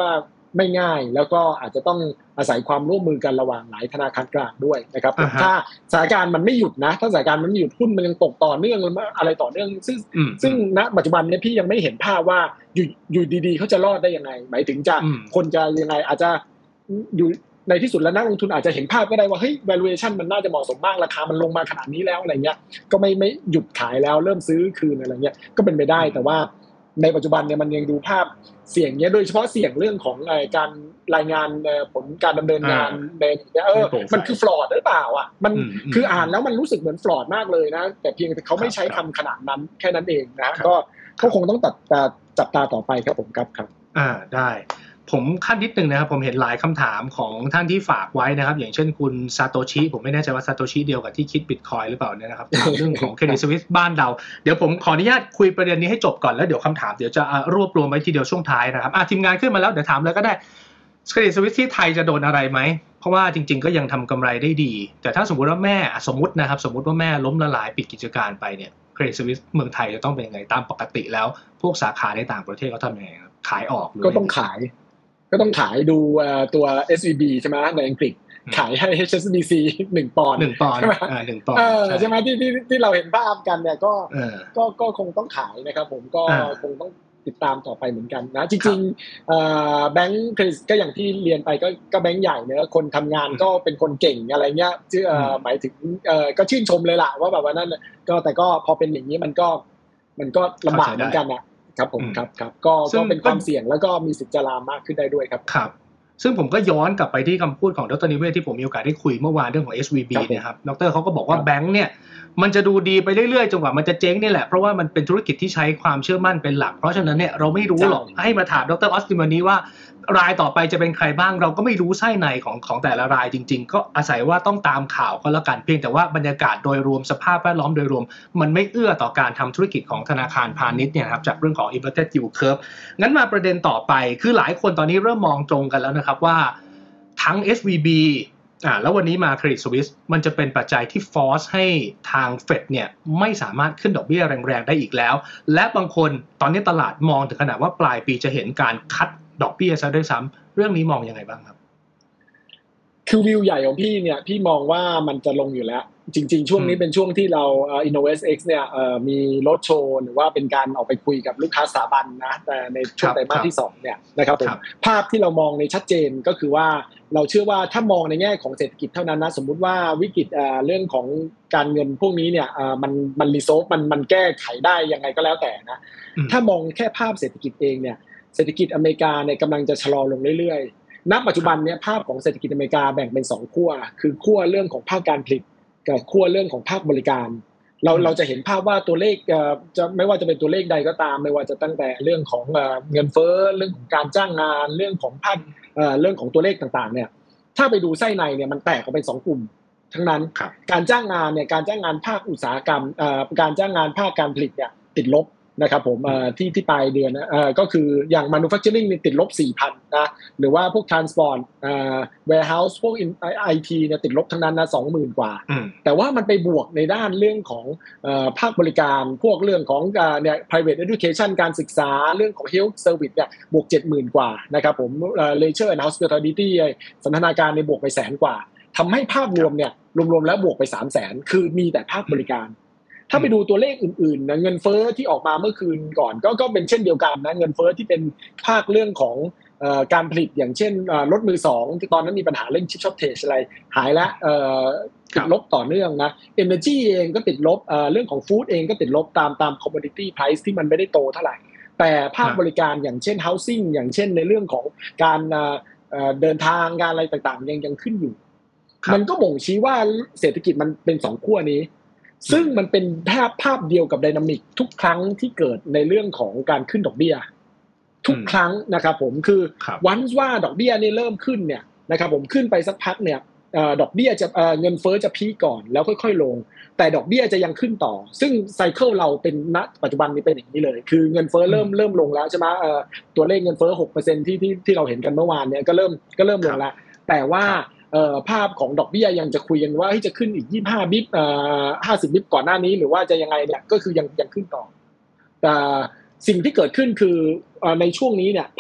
[SPEAKER 2] ไม่ง่ายแล้วก็อาจจะต้องอาศัยความร่วมมือกันระหว่างหลายธนาคารกลางด้วยนะครับผมถ้าสถานการณ์มันไม่หยุดนะถ้าสถานการณ์มันไม่หยุดหุ้นมันยังตกต่อเนื่องอะไรต่อเนื่องซึ่งณปัจจุบันนี้พี่ยังไม่เห็นภาพว่าอยู่ดีๆเขาจะรอดได้ยังไงหมายถึงจะคนจะยังไงอาจจะอยู่ในที่สุดแล้วนักลงทุนอาจจะเห็นภาพก็ได้ว่าเฮ้ย valuation มันน่าจะเหมาะสมมากราคามันลงมาขนาดนี้แล้วอะไรเงี้ยก็ไม่หยุดขายแล้วเริ่มซื้อคืนอะไรเงี้ยก็เป็นไปได้แต่ว่าในปัจจุบันเนี่ยมันยังดูภาพเสี่ยงเนี้ยโดยเฉพาะเสี่ยงเรื่องของการรายงานผลการดำเนินงานในมันคือฟลอดหรือเปล่าอ่ะมันคืออ่านแล้วมันรู้สึกเหมือนฟลอดมากเลยนะแต่เพียงแต่เขาไม่ใช้คำขนาดนั้นแค่นั้นเองนะก็คงต้องจับตาต่อไปครับผมครับ
[SPEAKER 1] ได้ผมขั้นนิดนึงนะครับผมเห็นหลายคำถามของท่านที่ฝากไว้นะครับอย่างเช่นคุณซาโตชิผมไม่แน่ใจว่าซาโตชิเดียวกับที่คิดบิตคอยหรือเปล่าเนี่ยนะครับถามเรื่องของ Credit Suisse บ้านเราเดี๋ยวผมขออนุญาตคุยประเด็นนี้ให้จบก่อนแล้วเดี๋ยวคำถามเดี๋ยวจะรวบรวมไว้ทีเดียวช่วงท้ายนะครับทีมงานขึ้นมาแล้วเดี๋ยวถามเลยก็ได้ Credit Suisse ที่ไทยจะโดนอะไรไหมเพราะว่าจริงๆก็ยังทำกำไรได้ดีแต่ถ้าสมมุติว่าแม่สมมุติว่าแม่ล้มละลายปิดกิจการไปเนี่ย Credit Suisse เมืองไทยจะต้องเป็นยังไงตามปกติแล้วพวกสาขาในต่างประเทศเขาทำยังไงครับขายออก
[SPEAKER 2] ก็ต้องขายดูตัว SVB ใช่ไหมในอังกฤษขายให้ HSBC 1 ปอนด์
[SPEAKER 1] ใช่ไหม1 ปอนด์
[SPEAKER 2] ใช่ไหมที่เราเห็นภาพกันเนี่ยก็คงต้องขายนะครับผมก็คงต้องติดตามต่อไปเหมือนกันนะจริงๆแบงก์ก็อย่างที่เรียนไปก็แบงก์ใหญ่เนอะคนทำงานก็เป็นคนเก่งอะไรเงี้ยหมายถึงก็ชื่นชมเลยล่ะว่าแบบว่านั่นก็แต่ก็พอเป็นอย่างนี้มันก็ลำบากเหมือนกันนะครับผมครับก็เป็นความเสี่ยงแล้วก็มีสิทธิ์จะลามมากขึ้นได้ด้วยครับ
[SPEAKER 1] ซึ่งผมก็ย้อนกลับไปที่คำพูดของดร.นิเวศที่ผมมีโอกาสได้คุยเมื่อวานเรื่องของ SVB เนี่ยครับดร.เขาก็บอกว่าแบงค์เนี่ยมันจะดูดีไปเรื่อยๆจนกว่ามันจะเจ๊งนี่แหละเพราะว่ามันเป็นธุรกิจที่ใช้ความเชื่อมั่นเป็นหลักเพราะฉะนั้นเนี่ยเราไม่รู้หรอกให้มาถามดร.ออสติมานีว่ารายต่อไปจะเป็นใครบ้างเราก็ไม่รู้ไส้ในของแต่ละรายจริงๆก็อาศัยว่าต้องตามข่าวก็แล้วกันเพียงแต่ว่าบรรยากาศโดยรวมสภาพแวดล้อมโดยรวมมันไม่เอื้อต่อการทำธุรกิจของธนาคารพาณิชย์เนี่ยครับจากเรื่องของ inverted yield curve งั้นมาประเด็นต่อไปคือหลายคนตอนนี้เริ่มมองตรงกันแล้วนะครับว่าทั้ง SVB แล้ววันนี้มา Credit Suisse มันจะเป็นปัจจัยที่ฟอร์สให้ทาง Fed เนี่ยไม่สามารถขึ้นดอกเบี้ยแรงๆได้อีกแล้วและบางคนตอนนี้ตลาดมองถึงขนาดว่าปลายปีจะเห็นการคัดดอกเบี้ยซะด้วยซ้ำเรื่องนี้มองยังไงบ้างครับ
[SPEAKER 2] คือวิวใหญ่ของพี่เนี่ยพี่มองว่ามันจะลงอยู่แล้วจริงๆช่วงนี้เป็นช่วงที่เรา InnovestX เนี่ยมีรถโชว์หรือว่าเป็นการออกไปคุยกับลูกค้าสถาบันนะแต่ในช่วงไตรมาสที่2เนี่ยนะครับผมภาพที่เรามองในชัดเจนก็คือว่าเราเชื่อว่าถ้ามองในแง่ของเศรษฐกิจเท่านั้นนะสมมุติว่าวิกฤตเรื่องของการเงินพวกนี้เนี่ยมันรีโซฟมันแก้ไขได้ยังไงก็แล้วแต่นะถ้ามองแค่ภาพเศรษฐกิจเองเนี่ยเศรษฐกิจอเมริกาเนี่ยกำลังจะชะลอลงเรื่อยๆณปัจจุบันเนี่ยภาพของเศรษฐกิจอเมริกาแบ่งเป็น2ขั้วคือขั้วเรื่องของภาคการผลิตกับขั้วเรื่องของภาคบริการเราจะเห็นภาพว่าตัวเลขจะไม่ว่าจะเป็นตัวเลขใดก็ตามไม่ว่าจะตั้งแต่เรื่องของเงินเฟ้อเรื่องของการจ้างงานเรื่องของภาคเรื่องของตัวเลขต่างๆเนี่ยถ้าไปดูไส้ในเนี่ยมันแตกออกเป็น2กลุ่มทั้งนั้นการจ้างงานเนี่ยการจ้างงานภาคอุตสาหกรรมการจ้างงานภาคการผลิตเนี่ยติดลบนะครับผมที่ปลายเดือนนะก็คืออย่าง manufacturing นี่ติดลบ 4,000 นะหรือว่าพวก transport warehouse พวก IT เนี่ยติดลบทั้งนั้นนะ 20,000 กว่าแต่ว่ามันไปบวกในด้านเรื่องของภาคบริการพวกเรื่องของเนี่ย private education การศึกษาเรื่องของ health service เนี่ยบวก 70,000 กว่านะครับผมleisure and hospitality สันทนาการในบวกไป100,000 กว่าทำให้ภาพรวมเนี่ยรวมๆแล้วบวกไป 300,000 คือมีแต่ภาคบริการถ้าไปดูตัวเลขอื่นๆนะเงินเฟ้อที่ออกมาเมื่อคืนก่อนก็เป็นเช่นเดียวกันนะเงินเฟ้อที่เป็นภาคเรื่องของการผลิตอย่างเช่นรถมือสองที่ตอนนั้นมีปัญหาเรื่องชิปช็อตเทจอะไรหายแล้วติดลบต่อเนื่องนะ Energy เองก็ติดลบเรื่องของฟู้ดเองก็ติดลบตาม commodity price ที่มันไม่ได้โตเท่าไหร่แต่ภาคบริการอย่างเช่น housing อย่างเช่นในเรื่องของการเดินทางการอะไรต่างๆยังขึ้นอยู่มันก็บ่งชี้ว่าเศรษฐกิจมันเป็น2ขั้วนี้ซึ่งมันเป็นภาพเดียวกับไดนามิกทุกครั้งที่เกิดในเรื่องของการขึ้นดอกเบี้ยทุกครั้งนะครับผมคือวันว่าดอกเบี้ยนี่เริ่มขึ้นเนี่ยนะครับผมขึ้นไปสักพักเนี่ยดอกเบี้ยจะเงินเฟ้อจะพีคก่อนแล้วค่อยๆลงแต่ดอกเบี้ยจะยังขึ้นต่อซึ่งไซเคิลเราเป็นณปัจจุบันนี้เป็นอย่างนี้เลยคือเงินเฟ้อเริ่มลงแล้วใช่ไหมตัวเลขเงินเฟ้อ 6% ที่เราเห็นกันเมื่อวานเนี่ยก็เริ่มลงแล้วแต่ว่าภาพของดอกเบี้ยยังจะคุยกันว่าจะขึ้นอีก25บิป50บิปก่อนหน้านี้หรือว่าจะยังไงเนี่ยก็คือยังขึ้นต่อแต่สิ่งที่เกิดขึ้นคือในช่วงนี้เนี่ยภาค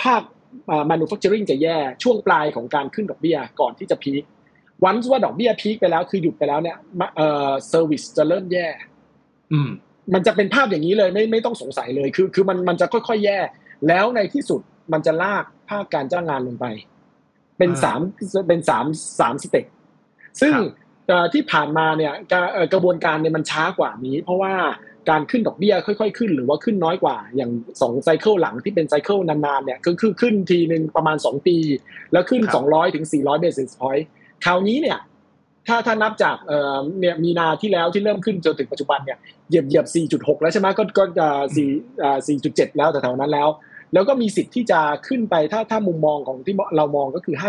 [SPEAKER 2] manufacturing จะแย่ช่วงปลายของการขึ้นดอกเบี้ยก่อนที่จะพีควันว่าดอกเบี้ยพีคไปแล้วคือหยุดไปแล้วเนี่ยservice จะเริ่มแย่มันจะเป็นภาพอย่างนี้เลยไม่ต้องสงสัยเลยคือมันจะค่อยๆแย่แล้วในที่สุดมันจะลากภาคการจ้างงานลงไปเป็นสามสเต็ปซึ่งที่ผ่านมาเนี่ยกระบวนการเนี่ยมันช้ากว่านี้เพราะว่าการขึ้นดอกเบี้ยค่อยๆขึ้นหรือว่าขึ้นน้อยกว่าอย่าง2ไซเคิลหลังที่เป็นไซเคิลนานๆเนี่ยคือขึ้นทีนึงประมาณ2ปีแล้วขึ้น200ถึง400 basis point คราวนี้เนี่ยถ้านับจากเนี่ยมีนาที่แล้วที่เริ่มขึ้นจนถึงปัจจุบันเนี่ยเหยียบ 4.6 แล้วใช่ไหมก็จะ4.7 แล้วแต่แถวนั้นแล้วก็มีสิทธิ์ที่จะขึ้นไปถ้ามุมมองของที่เรามองก็คือ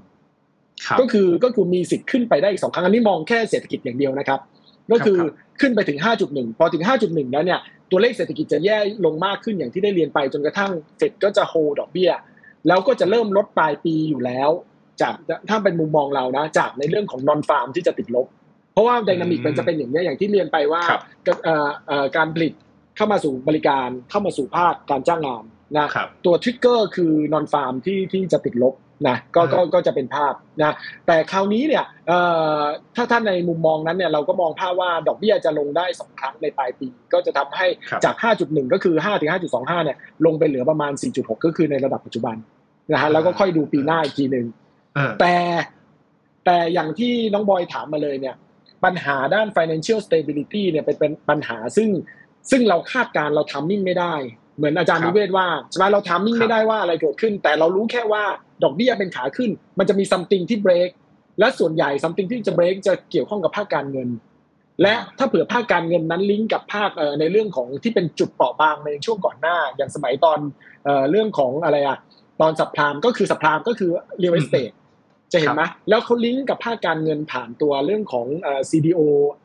[SPEAKER 2] 5.1 ก็คือมีสิทธิ์ขึ้นไปได้อีก2ครั้งอันนี้มองแค่เศรษฐกิจอย่างเดียวนะครับก็คือขึ้นไปถึง 5.1 พอถึง 5.1 แล้วเนี่ยตัวเลขเศรษฐกิจจะแย่ลงมากขึ้นอย่างที่ได้เรียนไปจนกระทั่งเฟดก็จะโฮดอกเบี้ยแล้วก็จะเริ่มลดปลายปีอยู่แล้วจากถ้าเป็นมุมมองเรานะจากในเรื่องของนอนฟาร์มที่จะติดลบเพราะว่าไดนามิกมันจะเป็นอย่างนี้อย่างที่เรียนไปว่าการผลิตเข้ามาสู่บริการเข้ามาสู่ภาคการจ้างงานนะตัวทริกเกอร์คือนอนฟาร์มที่จะติดลบนะก็จะเป็นภาพนะแต่คราวนี้เนี่ยถ้าท่านในมุมมองนั้นเนี่ยเราก็มองภาพว่าดอกเบี้ยจะลงได้2ครั้งในปลายปีก็จะทำให้จาก 5.1 ก็คือ5ถึง 5.25 เนี่ยลงไปเหลือประมาณ 4.6 ก็คือในระดับปัจจุบันนะฮะแล้วก็ค่อยดูปีหน้าอีกทีนึงแต่อย่างที่น้องบอยถามมาเลยเนี่ยปัญหาด้าน financial stability เนี่ยเป็นปัญหาซึ่งเราคาดการเราทำมิ่งไม่ได้เหมือนอาจารย์นิเวศว่าใช่ไหมเราทำมิ่งไม่ได้ว่าอะไรเกิดขึ้นแต่เรารู้แค่ว่าดอกเบี้ยเป็นขาขึ้นมันจะมี something ที่ break และส่วนใหญ่ something ที่จะ break จะเกี่ยวข้องกับภาคการเงินและถ้าเผื่อภาคการเงินนั้นลิงก์กับภาคในเรื่องของที่เป็นจุดเปราะบางในช่วงก่อนหน้าอย่างสมัยตอนเรื่องของอะไรอะตอนสับพรามก็คือสับพรามก็คือ real estate จะเห็นไหมแล้วเขาลิงก์กับภาคการเงินผ่านตัวเรื่องของCDO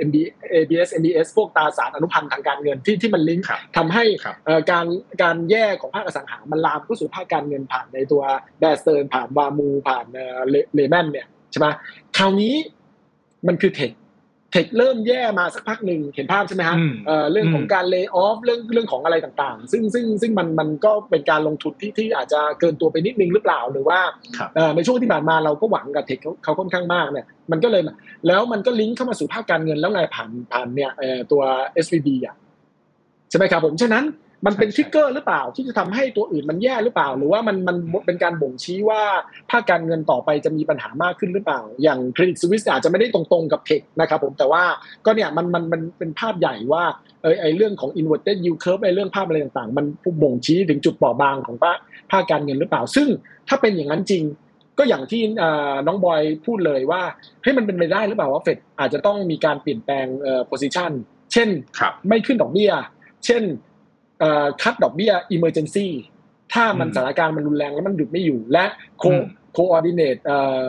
[SPEAKER 2] ABS MBS พวกตราสารอนุพันธ์ทางการเงินที่มันลิงก์ทำให้การแย่ของภาคอสังหามันลามเข้าสู่ภาคการเงินผ่านในตัวแบสเติร์นผ่านวามูผ่านเลแมนเนี่ยใช่ไหมคราวนี้มันคือเทคเริ่มแย่มาสักพักหนึ่งเห็นภาพใช่ไหมฮะเรื่องของการเลย์ออฟเรื่องของอะไรต่างๆซึ่งมันก็เป็นการลงทุนที่อาจจะเกินตัวไปนิดนึงหรือเปล่าหรือว่าในช่วงที่ผ่านมาเราก็หวังกับเทคเขาค่อนข้างมากเนี่ยมันก็เลยแล้วมันก็ลิงก์เข้ามาสู่ภาคการเงินแล้วไงผ่านเนี่ยตัว SVB อ่ะใช่ไหมครับผมฉะนั้นมันเป็นทริกเกอร์หรือเปล่าที่จะทำให้ตัวอื่นมันแย่หรือเปล่าหรือว่ามันเป็นการบ่งชี้ว่าภาคการเงินต่อไปจะมีปัญหามากขึ้นหรือเปล่าอย่างเครดิตสวิสอาจจะไม่ได้ตรงๆกับเทคนะครับผมแต่ว่าก็เนี่ยมันเป็นภาพใหญ่ว่าไอ้เรื่องของ inverted yield curve ไอ้เรื่องภาพอะไรต่างๆมันบ่งชี้ถึงจุดเปราะบางของภาคการเงินหรือเปล่าซึ่งถ้าเป็นอย่างนั้นจริงก็อย่างที่น้องบอยพูดเลยว่าให้มันเป็นไปได้หรือเปล่าว่าเฟดอาจจะต้องมีการเปลี่ยนแปลงposition เช่นไม่ขึ้นดอกเบี้ยเช่นคัดดอกเบี้ย emergency ถ้ามันสถานการณ์มันรุนแรงแล้วมันหยุดไม่อยู่และ coordinate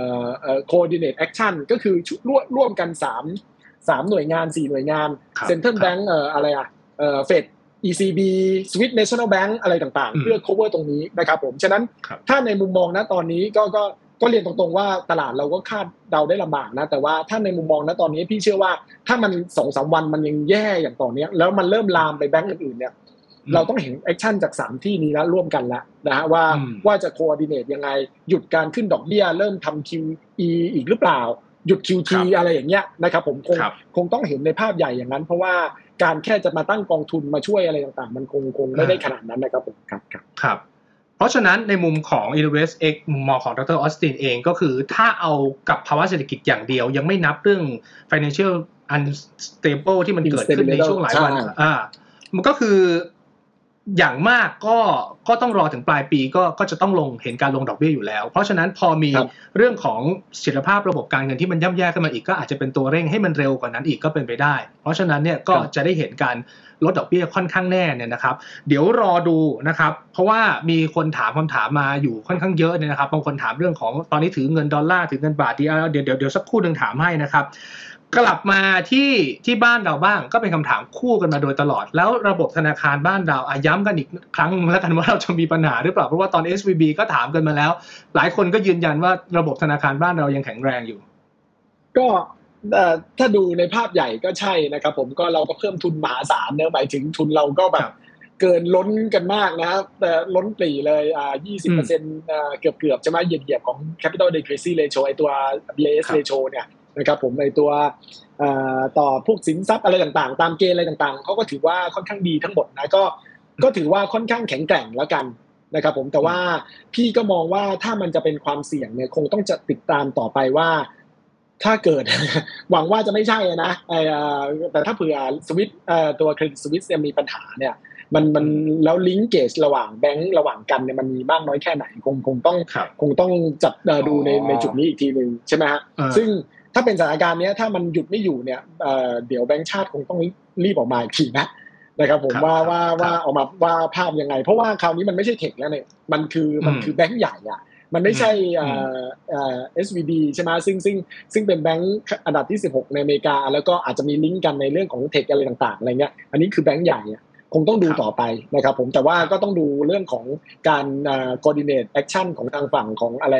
[SPEAKER 2] action ก็คือร่วมกัน3หน่วยงาน4หน่วยงาน Central Bank อะไรFed ECB Swiss National Bank อะไรต่างๆเพื่อ cover ตรงนี้นะครับผมฉะนั้นถ้าในมุมมองนะตอนนี้ก็เรียนตรงๆว่าตลาดเราก็คาดเดาได้ลำบากนะแต่ว่าถ้าในมุมมองนะตอนนี้พี่เชื่อว่าถ้ามัน 2-3 วันมันยังแย่อย่างต่อเนื่องแล้วมันเริ่มลามไปแบงก์อื่นๆเนี่ยเราต้องเห็นแอคชั่นจาก3ที่นี้แล้วร่วมกันแล้วนะฮะว่าจะโคออร์ดิเนตยังไงหยุดการขึ้นดอกเบี้ยเริ่มทำ QE อีกหรือเปล่าหยุด QT อะไรอย่างเงี้ยนะครับผมคงต้องเห็นในภาพใหญ่อย่างนั้นเพราะว่าการแค่จะมาตั้งกองทุนมาช่วยอะไรต่างๆมันคงไม่ได้ขนาดนั้นนะครับผม
[SPEAKER 1] ครับเพราะฉะนั้นในมุมของ Invest X มุมมองของดร. ออสตินเองก็คือถ้าเอากับภาวะเศรษฐกิจอย่างเดียวยังไม่นับเรื่อง financial unstable ที่มันเกิดขึ้นในช่วงหลายวันมันก็คืออย่างมากก็ต้องรอถึงปลายปีก็จะต้องเห็นการลงดอกเบี้ยอยู่แล้วเพราะฉะนั้นพอมีเรื่องของเสถียรภาพระบบการเงินที่มันย่ำแย่ขึ้นมาอีกก็อาจจะเป็นตัวเร่งให้มันเร็วกว่านั้นอีกก็เป็นไปได้เพราะฉะนั้นเนี่ยก็จะได้เห็นการลดดอกเบี้ยค่อนข้างแน่เนี่ยนะครับเดี๋ยวรอดูนะครับเพราะว่ามีคนถามคำถามมาอยู่ค่อนข้างเยอะเนี่ยนะครับบางคนถามเรื่องของตอนนี้ถือเงินดอลลาร์ถือเงินบาทเดี๋ยวสักครู่นึงถามให้นะครับกลับมาที่บ้านเราบ้างก็เป็นคำถามคู่กันมาโดยตลอดแล้วระบบธนาคารบ้านเราย้ำกันอีกครั้งแล้วกันว่าเราจะมีปัญหาหรือเปล่าเพราะว่าตอน SVB ก็ถามกันมาแล้วหลายคนก็ยืนยันว่าระบบธนาคารบ้านเรายังแข็งแรงอยู่
[SPEAKER 2] ก็ถ้าดูในภาพใหญ่ก็ใช่นะครับผมก็เราก็เพิ่มทุนมหาศาลเนอะหมายถึงทุนเราก็แบบเกินล้นกันมากนะครับแต่ล้นปรีเลย20%เกือบใช่ไหมเหยียบของ capital adequacy ratio ไอตัว BIS ratio เนี่ยนะครับผมไอตัวต่อพวกสินทรัพย์อะไรต่างๆตามเกณฑ์อะไรต่างๆเขาก็ถือว่าค่อนข้างดีทั้งหมดนะก็ถือว่าค่อนข้างแข็งแกร่งแล้วกันนะครับผมแต่ว่าพี่ก็มองว่าถ้ามันจะเป็นความเสี่ยงเนี่ยคงต้องจะติดตามต่อไปว่าถ้าเกิด หวังว่าจะไม่ใช่นะแต่ถ้าเผื่อสวิตตัวเครดิตสวิสมีปัญหาเนี่ยมันแล้วลิงก์เกจระหว่างแบงก์ระหว่างกันเนี่ยมันมีมากน้อยแค่ไหนคงต้องจับดูในจุดนี้อีกทีนึงใช่ไหมฮะซึ่งถ้าเป็นสถานการณ์นี้ถ้ามันหยุดไม่อยู่เนี่ยเดี๋ยวแบงก์ชาติคงต้องรีบออกมาอีกทีนะครับผมว่าออกมาว่าภาพยังไงเพราะว่าคราวนี้มันไม่ใช่เทคแล้วเนี่ยมันคือแบงก์ใหญ่อะมันไม่ใช่SVB ใช่ไหมซึ่งเป็นแบงก์อันดับที่16ในอเมริกาแล้วก็อาจจะมีลิงก์กันในเรื่องของเทคอะไรต่างๆอะไรเงี้ยอันนี้คือแบงก์ใหญ่คงต้องดูต่อไปนะครับผมแต่ว่าก็ต้องดูเรื่องของการcoordinate action ของทางฝั่งของอะไร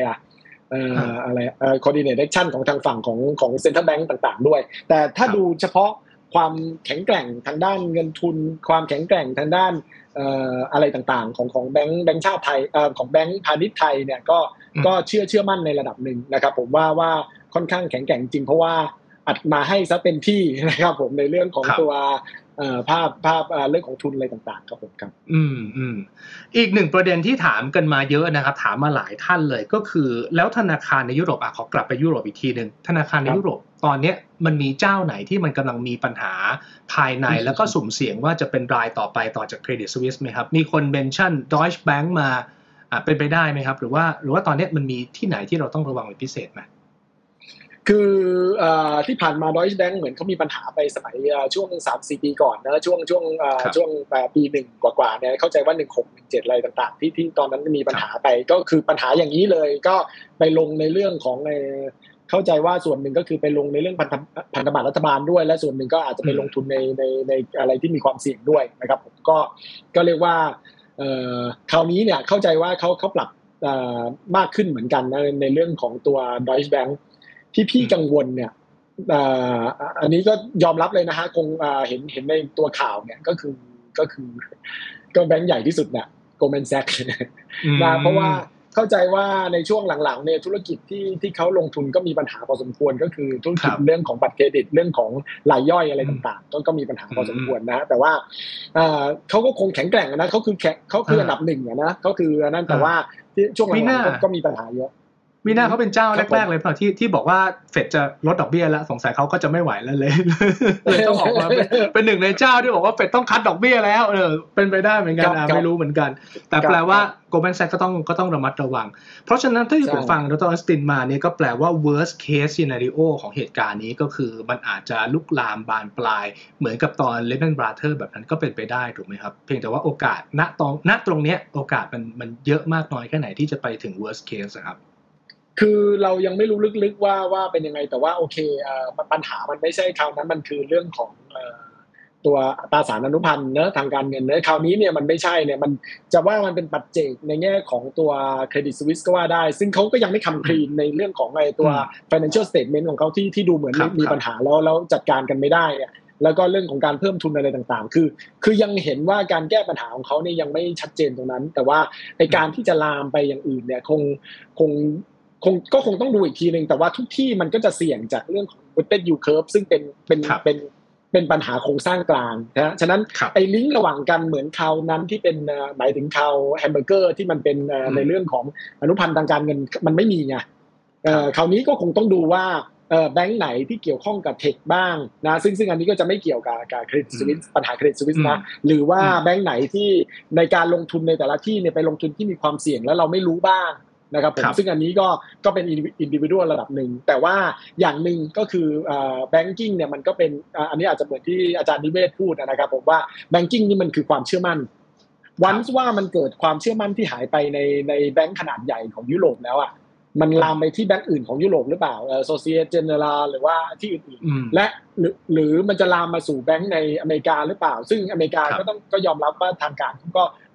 [SPEAKER 2] coordinate action ของทางฝั่งของ Central Bank ต่างๆด้วยแต่ถ้าดูเฉพาะความแข็งแกร่งทางด้านเงินทุนความแข็งแกร่งทางด้านอะไรต่างๆของแบงก์ชาติไทยของแบงก์พาณิชย์ไทยเนี่ยก็เชื่อมั่นในระดับหนึ่งนะครับผมว่าค่อนข้างแข็งแกร่งจริงเพราะว่าอัดมาให้ซะเต็มที่นะครับผมในเรื่องของตัวภาพเรื่องของทุนอะไรต่างๆครับผมครับ
[SPEAKER 1] อีกหนึ่งประเด็นที่ถามกันมาเยอะนะครับถามมาหลายท่านเลยก็คือแล้วธนาคารในยุโรปขอกลับไปยุโรปอีกทีนึงธนาคารในยุโรปตอนนี้มันมีเจ้าไหนที่มันกำลังมีปัญหาภายในแล้วก็สุ่มเสี่ยงว่าจะเป็นรายต่อไปต่อจากเครดิตสวิสไหมครับมีคนเมนชั่น Deutsche Bank มาเป็นไปได้ไหมครับหรือว่าตอนนี้มันมีที่ไหนที่เราต้องระวังเป็นพิเศษไหม
[SPEAKER 2] คือที่ผ่านมา Deutsche Bank เหมือนเขามีปัญหาไปสมัยช่วง 3-4 ปีก่อนนะช่วงปี1กว่าๆเนี่ยเข้าใจว่า16-17อะไรต่างๆที่ตอนนั้นมีปัญหาไปก็คือปัญหาอย่างนี้เลยก็ไปลงในเรื่องของเข้าใจว่าส่วนหนึ่งก็คือไปลงในเรื่องพันธบัตรรัฐบาลด้วยและส่วนหนึ่งก็อาจจะไปลงทุนในอะไรที่มีความเสี่ยงด้วยนะครับผมก็เรียกว่าคราวนี้เนี่ยเข้าใจว่าเขาปรับมากขึ้นเหมือนกันนะในเรื่องของตัว Deutsche Bankที่พี่กังวลเนี่ยอันนี้ก็ยอมรับเลยนะฮะคงเห็นในตัวข่าวเนี่ยก็คือแบงค์ใหญ่ที่สุดเนี่ย Goldman Sachs นะเพราะว่าเข้าใจว่าในช่วงหลังๆเนี่ยธุรกิจที่เขาลงทุนก็มีปัญหาพอสมควรก็คือธุรกิจเรื่องของบัตรเครดิตเรื่องของรายย่อยอะไรต่างๆก็มีปัญหาพอสมควรนะแต่ว่าเขาก็คงแข็งแกร่งนะเขาคืออันดับหนึ่งนะเขาคือนั่นแต่ว่าที่ช่วงหลังๆก็มีปัญหาเยอะ
[SPEAKER 1] มีหน้าเขาเป็นเจ้าแรกๆเลยเปล่าที่บอกว่าเฟดจะลดดอกเบี้ยแล้วสงสัยเขาก็จะไม่ไหวแล้วเลยต้องออกมาเป็นหนึ่งในเจ้าที่บอกว่าเฟดต้องคัดดอกเบี้ยแล้วเป็นไปได้เหมือนกันไม่รู้เหมือนกันแต่แปลว่า Goldman Sachs ก็ต้องระมัดระวังเพราะฉะนั้นถ้าที่ผมฟังดร.ออสตินมาเนี่ยก็แปลว่า worst case scenario ของเหตุการณ์นี้ก็คือมันอาจจะลุกลามบานปลายเหมือนกับตอน Lehman Brothers แบบนั้นก็เป็นไปได้ถูกไหมครับเพียงแต่ว่าโอกาสณตรงเนี้ยโอกาสมันเยอะมากน้อยแค่ไหนที่จะไปถึง worst case ครับ
[SPEAKER 2] คือเรายังไม่รู้ลึกๆว่าเป็นยังไงแต่ว่าโอเคปัญหามันไม่ใช่คราวนั้นมันคือเรื่องของตัวตราสารอนุพันธ์เนอะทางการเงินเนอะคราวนี้เนี่ยมันไม่ใช่เนี่ยมันจะว่ามันเป็นปัจเจกในแง่ของตัวเครดิตสวิสก็ว่าได้ซึ่งเขาก็ยังไม่คำคลีนในเรื่องของตัว financial statement ของเขาที่ดูเหมือนมีปัญหาแล้วจัดการกันไม่ได้เนี่ยแล้วก็เรื่องของการเพิ่มทุนอะไรต่างๆคือยังเห็นว่าการแก้ปัญหาของเขาเนี่ยยังไม่ชัดเจนตรงนั้นแต่ว่าในการที่จะลามไปอย่างอื่นเนี่ยคงต้องดูอีกทีนึงแต่ว่าทุกที่มันก็จะเสี่ยงจากเรื่องของ weighted yield curve ซึ่งเป็นปัญหาโครงสร้างกลางนะฉะนั้นไอ้ลิงก์ระหว่างกันเหมือนคราวนั้นที่เป็นหมายถึงคราวแฮมเบอร์เกอร์ที่มันเป็นในเรื่องของอนุพันธ์ทางการเงินมันไม่มีไงคราวนี้ก็คงต้องดูว่าแบงค์ไหนที่เกี่ยวข้องกับเทคบ้างนะซึ่งอันนี้ก็จะไม่เกี่ยวกับเครดิตสวิสปัญหาเครดิตสวิสนะหรือว่าแบงค์ไหนที่ในการลงทุนในแต่ละที่เนี่ยไปลงทุนที่มีความเสี่ยงแล้วเราไม่รู้บ้างนะครับผมซึ่งอันนี้ก็เป็นอินดิวิวระดับหนึ่งแต่ว่าอย่างหนึ่งก็คือแบงกิ้งเนี่ยมันก็เป็นอันนี้อาจจะเหมือนที่อาจารย์นิเวศพูดนะครับผมว่าแบงกิ้งนี่มันคือความเชื่อมั่นวันว่ามันเกิดความเชื่อมั่นที่หายไปในแบงก์ขนาดใหญ่ของยุโรปแล้วอ่ะมันลามไปที่แบงก์อื่นของยุโรปหรือเปล่าSociété Générale หรือว่าที่อื่นๆและหรือมันจะลามมาสู่แบงก์ในอเมริกาหรือเปล่าซึ่งอเมริกาก็ยอมรับว่าทางการก็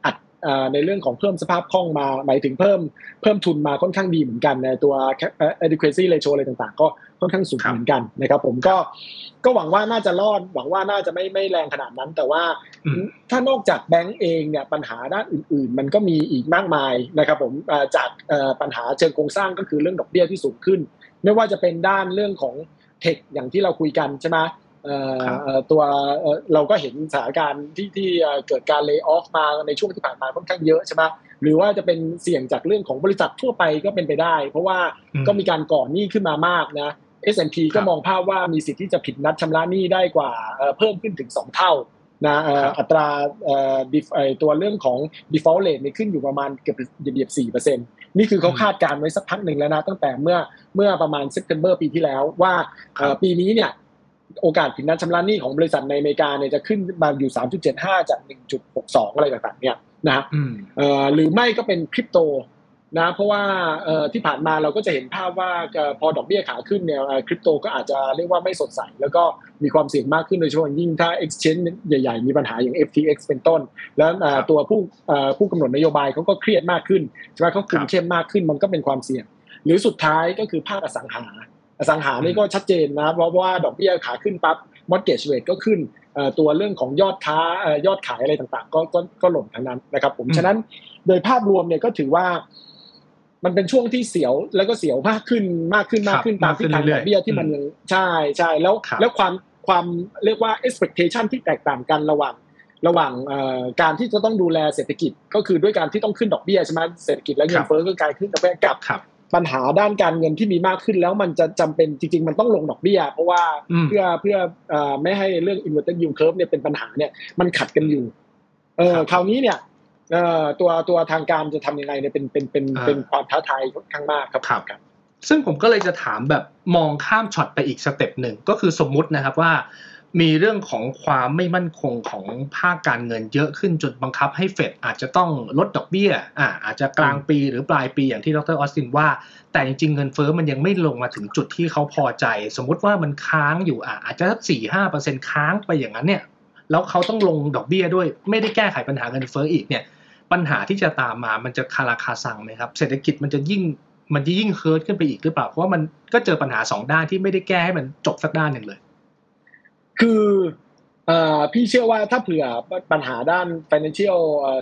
[SPEAKER 2] ในเรื่องของเพิ่มสภาพคล่องมาหมายถึงเพิ่มทุนมาค่อนข้างดีเหมือนกันในตัว adequacy ratio อะไรต่างๆก็ค่อนข้างสูงเหมือนกันนะครับผมก็หวังว่าน่าจะรอดหวังว่าน่าจะไม่แรงขนาดนั้นแต่ว่าถ้านอกจากแบงก์เองเนี่ยปัญหาด้านอื่นๆมันก็มีอีกมากมายนะครับผมจากปัญหาเชิงโครงสร้างก็คือเรื่องดอกเบี้ยที่สูงขึ้นไม่ว่าจะเป็นด้านเรื่องของเทคอย่างที่เราคุยกันใช่ไหมตัวเราก็เห็นสถานการณ์ที่เกิดการ lay off มาในช่วงที่ผ่านมาค่อนข้างเยอะใช่ไหมหรือว่าจะเป็นเสี่ยงจากเรื่องของบริษัททั่วไปก็เป็นไปได้เพราะว่าก็มีการก่อหนี้ขึ้นมามากนะ S&P ก็มองภาพว่ามีสิทธิ์ที่จะผิดนัดชำระหนี้ได้กว่าเพิ่มขึ้นถึง2เท่านะอัตราตัวเรื่องของ default rate นี่ขึ้นอยู่ประมาณเกือบเหยียบ 4% นี่คือเขาคาดการไว้สักพักหนึ่งแล้วนะตั้งแต่เมื่อประมาณ September ปีที่แล้วว่าปีนี้เนี่ยโอกาสผิดนัดชำระหนี้ของบริษัทในอเมริกาเนี่ยจะขึ้นมาอยู่ 3.75 จาก 1.62 อะไรต่างๆเนี่ยนะหรือไม่ก็เป็นคริปโตนะเพราะว่าที่ผ่านมาเราก็จะเห็นภาพว่าพอดอกเบี้ยขาขึ้นเนี่ยคริปโตก็อาจจะเรียกว่าไม่สดใสแล้วก็มีความเสี่ยงมากขึ้นโดยเฉพาะยิ่งถ้า exchange ใหญ่ๆมีปัญหาอย่าง FTX เป็นต้นแล้วตัวผู้กำหนดนโยบายเขาก็เครียดมากขึ้นใช่ไหมเขาคุมเข้มมากขึ้นมันก็เป็นความเสี่ยงหรือสุดท้ายก็คือภาคอสังหานี่ก็ชัดเจนนะเพราะว่าดอกเบี้ยขาขึ้นปั๊บ mortgage rate ก็ขึ้นตัวเรื่องของยอดขายอะไรต่างๆก็หล่นทั้งนั้นนะครับผมฉะนั้นโดยภาพรวมเนี่ยก็ถือว่ามันเป็นช่วงที่เสียวแล้วก็เสียวมากขึ้นตามที่ทางดอกเบี้ยที่มันยังใช่แล้วความเรียกว่า expectation ที่แตกต่างกันระหว่างการที่จะต้องดูแลเศรษฐกิจก็คือด้วยการที่ต้องขึ้นดอกเบี้ยใช่ไหมเศรษฐกิจและเงินเฟ้อก็กลายขึ้นดอกเบี้ยกับปัญหาด้านการเงินที่มีมากขึ้นแล้วมันจะจำเป็นจริงๆมันต้องลงดอกเบี้ยเพราะว่าเพื่อไม่ให้เรื่อง inverted yield curve เนี่ยเป็นปัญหาเนี่ยมันขัดกันอยู่คราวนี้เนี่ยตัวทางการจะทำยังไงเนี่ยเป็นความท้าทายค่อนข้างมากครับ
[SPEAKER 1] ซึ่งผมก็เลยจะถามแบบมองข้ามช็อตไปอีกสเต็ปหนึ่งก็คือสมมุตินะครับว่ามีเรื่องของความไม่มั่นคงของภาคการเงินเยอะขึ้นจนบังคับให้เฟดอาจจะต้องลดดอกเบี้ยอาจจะกลางปีหรือปลายปีอย่างที่ดร.ออสตินว่าแต่จริงๆเงินเฟ้อมันยังไม่ลงมาถึงจุดที่เขาพอใจสมมุติว่ามันค้างอยู่อาจจะสัก 4-5% ค้างไปอย่างนั้นเนี่ยแล้วเขาต้องลงดอกเบี้ยด้วยไม่ได้แก้ไขปัญหาเงินเฟ้ออีกเนี่ยปัญหาที่จะตามมามันจะคาราคาซังไหมครับเศรษฐกิจมันจะยิ่งเฮิร์ตขึ้นไปอีกหรือเปล่าเพราะว่ามันก็เจอปัญหา2ด้านที่ไม่ได้แก้ให้มันจบสักด้านหนึ่งเลย
[SPEAKER 2] คือพี่เชื่อว่าถ้าเผื่อปัญหาด้าน financial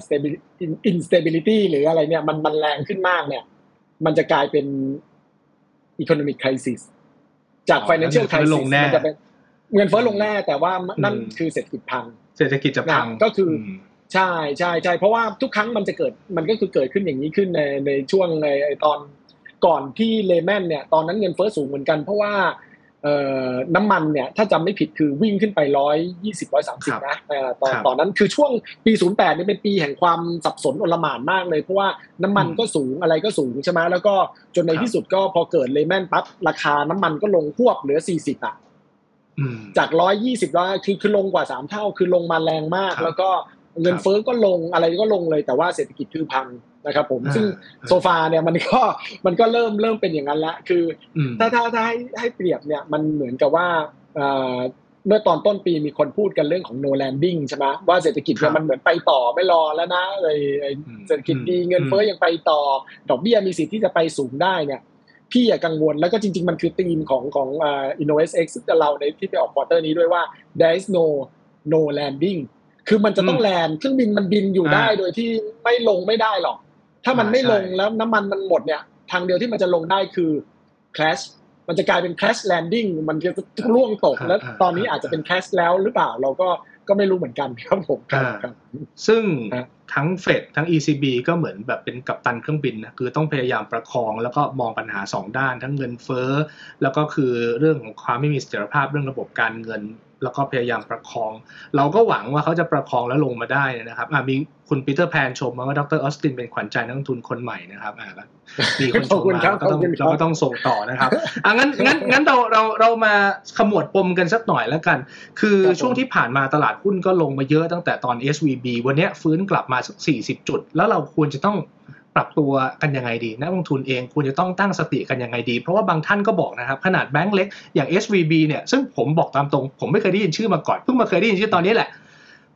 [SPEAKER 2] instability หรืออะไรเนี่ยมันแรงขึ้นมากเนี่ยมันจะกลายเป็น economic crisis จาก financial crisis มันจะเป็นเงินเฟ้อลงแน่แต่ว่านั่นคือเศรษฐกิจพัง
[SPEAKER 1] จะพัง
[SPEAKER 2] ก็คือใช่เพราะว่าทุกครั้งมันก็คือเกิดขึ้นอย่างนี้ขึ้นในช่วงในตอนก่อนที่เลแมนเนี่ยตอนนั้นเงินเฟ้อสูงเหมือนกันเพราะว่าน้ำมันเนี่ยถ้าจำไม่ผิดคือวิ่งขึ้นไป120-130นะตอนนั้นคือช่วงปี08นี่เป็นปีแห่งความสับสนโอลหม่านมากเลยเพราะว่าน้ำมันก็สูงอะไรก็สูงใช่ไหมแล้วก็จนในที่สุดก็พอเกิดเลแมนปั๊บราคาน้ำมันก็ลงพวบเหลือ40อ่ะจาก120แล้วคือลงกว่า3เท่าคือลงมาแรงมากแล้วก็เงินเฟ้อก็ลงอะไรก็ลงเลยแต่ว่าเศรษฐกิจคือพังนะครับผมซึ่งโซฟาเนี่ยมันก็เริ่มเป็นอย่างนั้นละคือถ้าให้เปรียบเนี่ยมันเหมือนกับว่าเมื่อตอนต้นปีมีคนพูดกันเรื่องของ no landing ใช่ไหมว่าเศรษฐกิจเนี่ยมันเหมือนไปต่อไม่รอแล้วนะเศรษฐกิจดีเงินเฟ้อยังไปต่อดอกเบี้ยมีสิทธิ์ที่จะไปสูงได้เนี่ยพี่กังวลแล้วก็จริงๆมันคือธีมของInnovestX เราในที่ไปออกควอเตอร์นี้ด้วยว่า there is no landing คือมันจะต้องแลนด์เครื่องบินมันบินอยู่ได้โดยที่ไม่ลงไม่ได้หรอกถ้ามันไม่ลงแล้วน้ำมันหมดเนี่ยทางเดียวที่มันจะลงได้คือ crash มันจะกลายเป็น crash landing มันจะร่วงตกแล้วตอนนี้อาจจะเป็น crash แล้วหรือเปล่าเราก็ไม่รู้เหมือนกันครับผมครับ
[SPEAKER 1] ซึ่งทั้งเฟดทั้ง ECB ก็เหมือนแบบเป็นกัปตันเครื่องบินนะคือต้องพยายามประคองแล้วก็มองปัญหา2ด้านทั้งเงินเฟ้อแล้วก็คือเรื่องของความไม่มีเสถียรภาพเรื่องระบบการเงินแล้วก็พยายามประคองเราก็หวังว่าเขาจะประคองแล้วลงมาได้นะครับมีคุณปีเตอร์แพนชมมาว่าดร.ออสตินเป็นขวัญใจนักลงทุนคนใหม่นะครับมีคนชมมาเราก็ต้องส่งต่อนะครับงั้นเรามาขมวดปมกันสักหน่อยแล้วกันคือช่วงที่ผ่านมาตลาดหุ้นก็ลงมาเยอะตั้งแต่ตอน SVB วันนี้ฟื้นกลับมาสัก40จุดแล้วเราควรจะต้องปรับตัวกันยังไงดีนักลงทุนเองควรจะต้องตั้งสติกันยังไงดีเพราะว่าบางท่านก็บอกนะครับขนาดแบงก์เล็กอย่าง SVB เนี่ยซึ่งผมบอกตามตรงผมไม่เคยได้ยินชื่อมาก่อนเพิ่งมาเคยได้ยินชื่อตอนนี้แหละ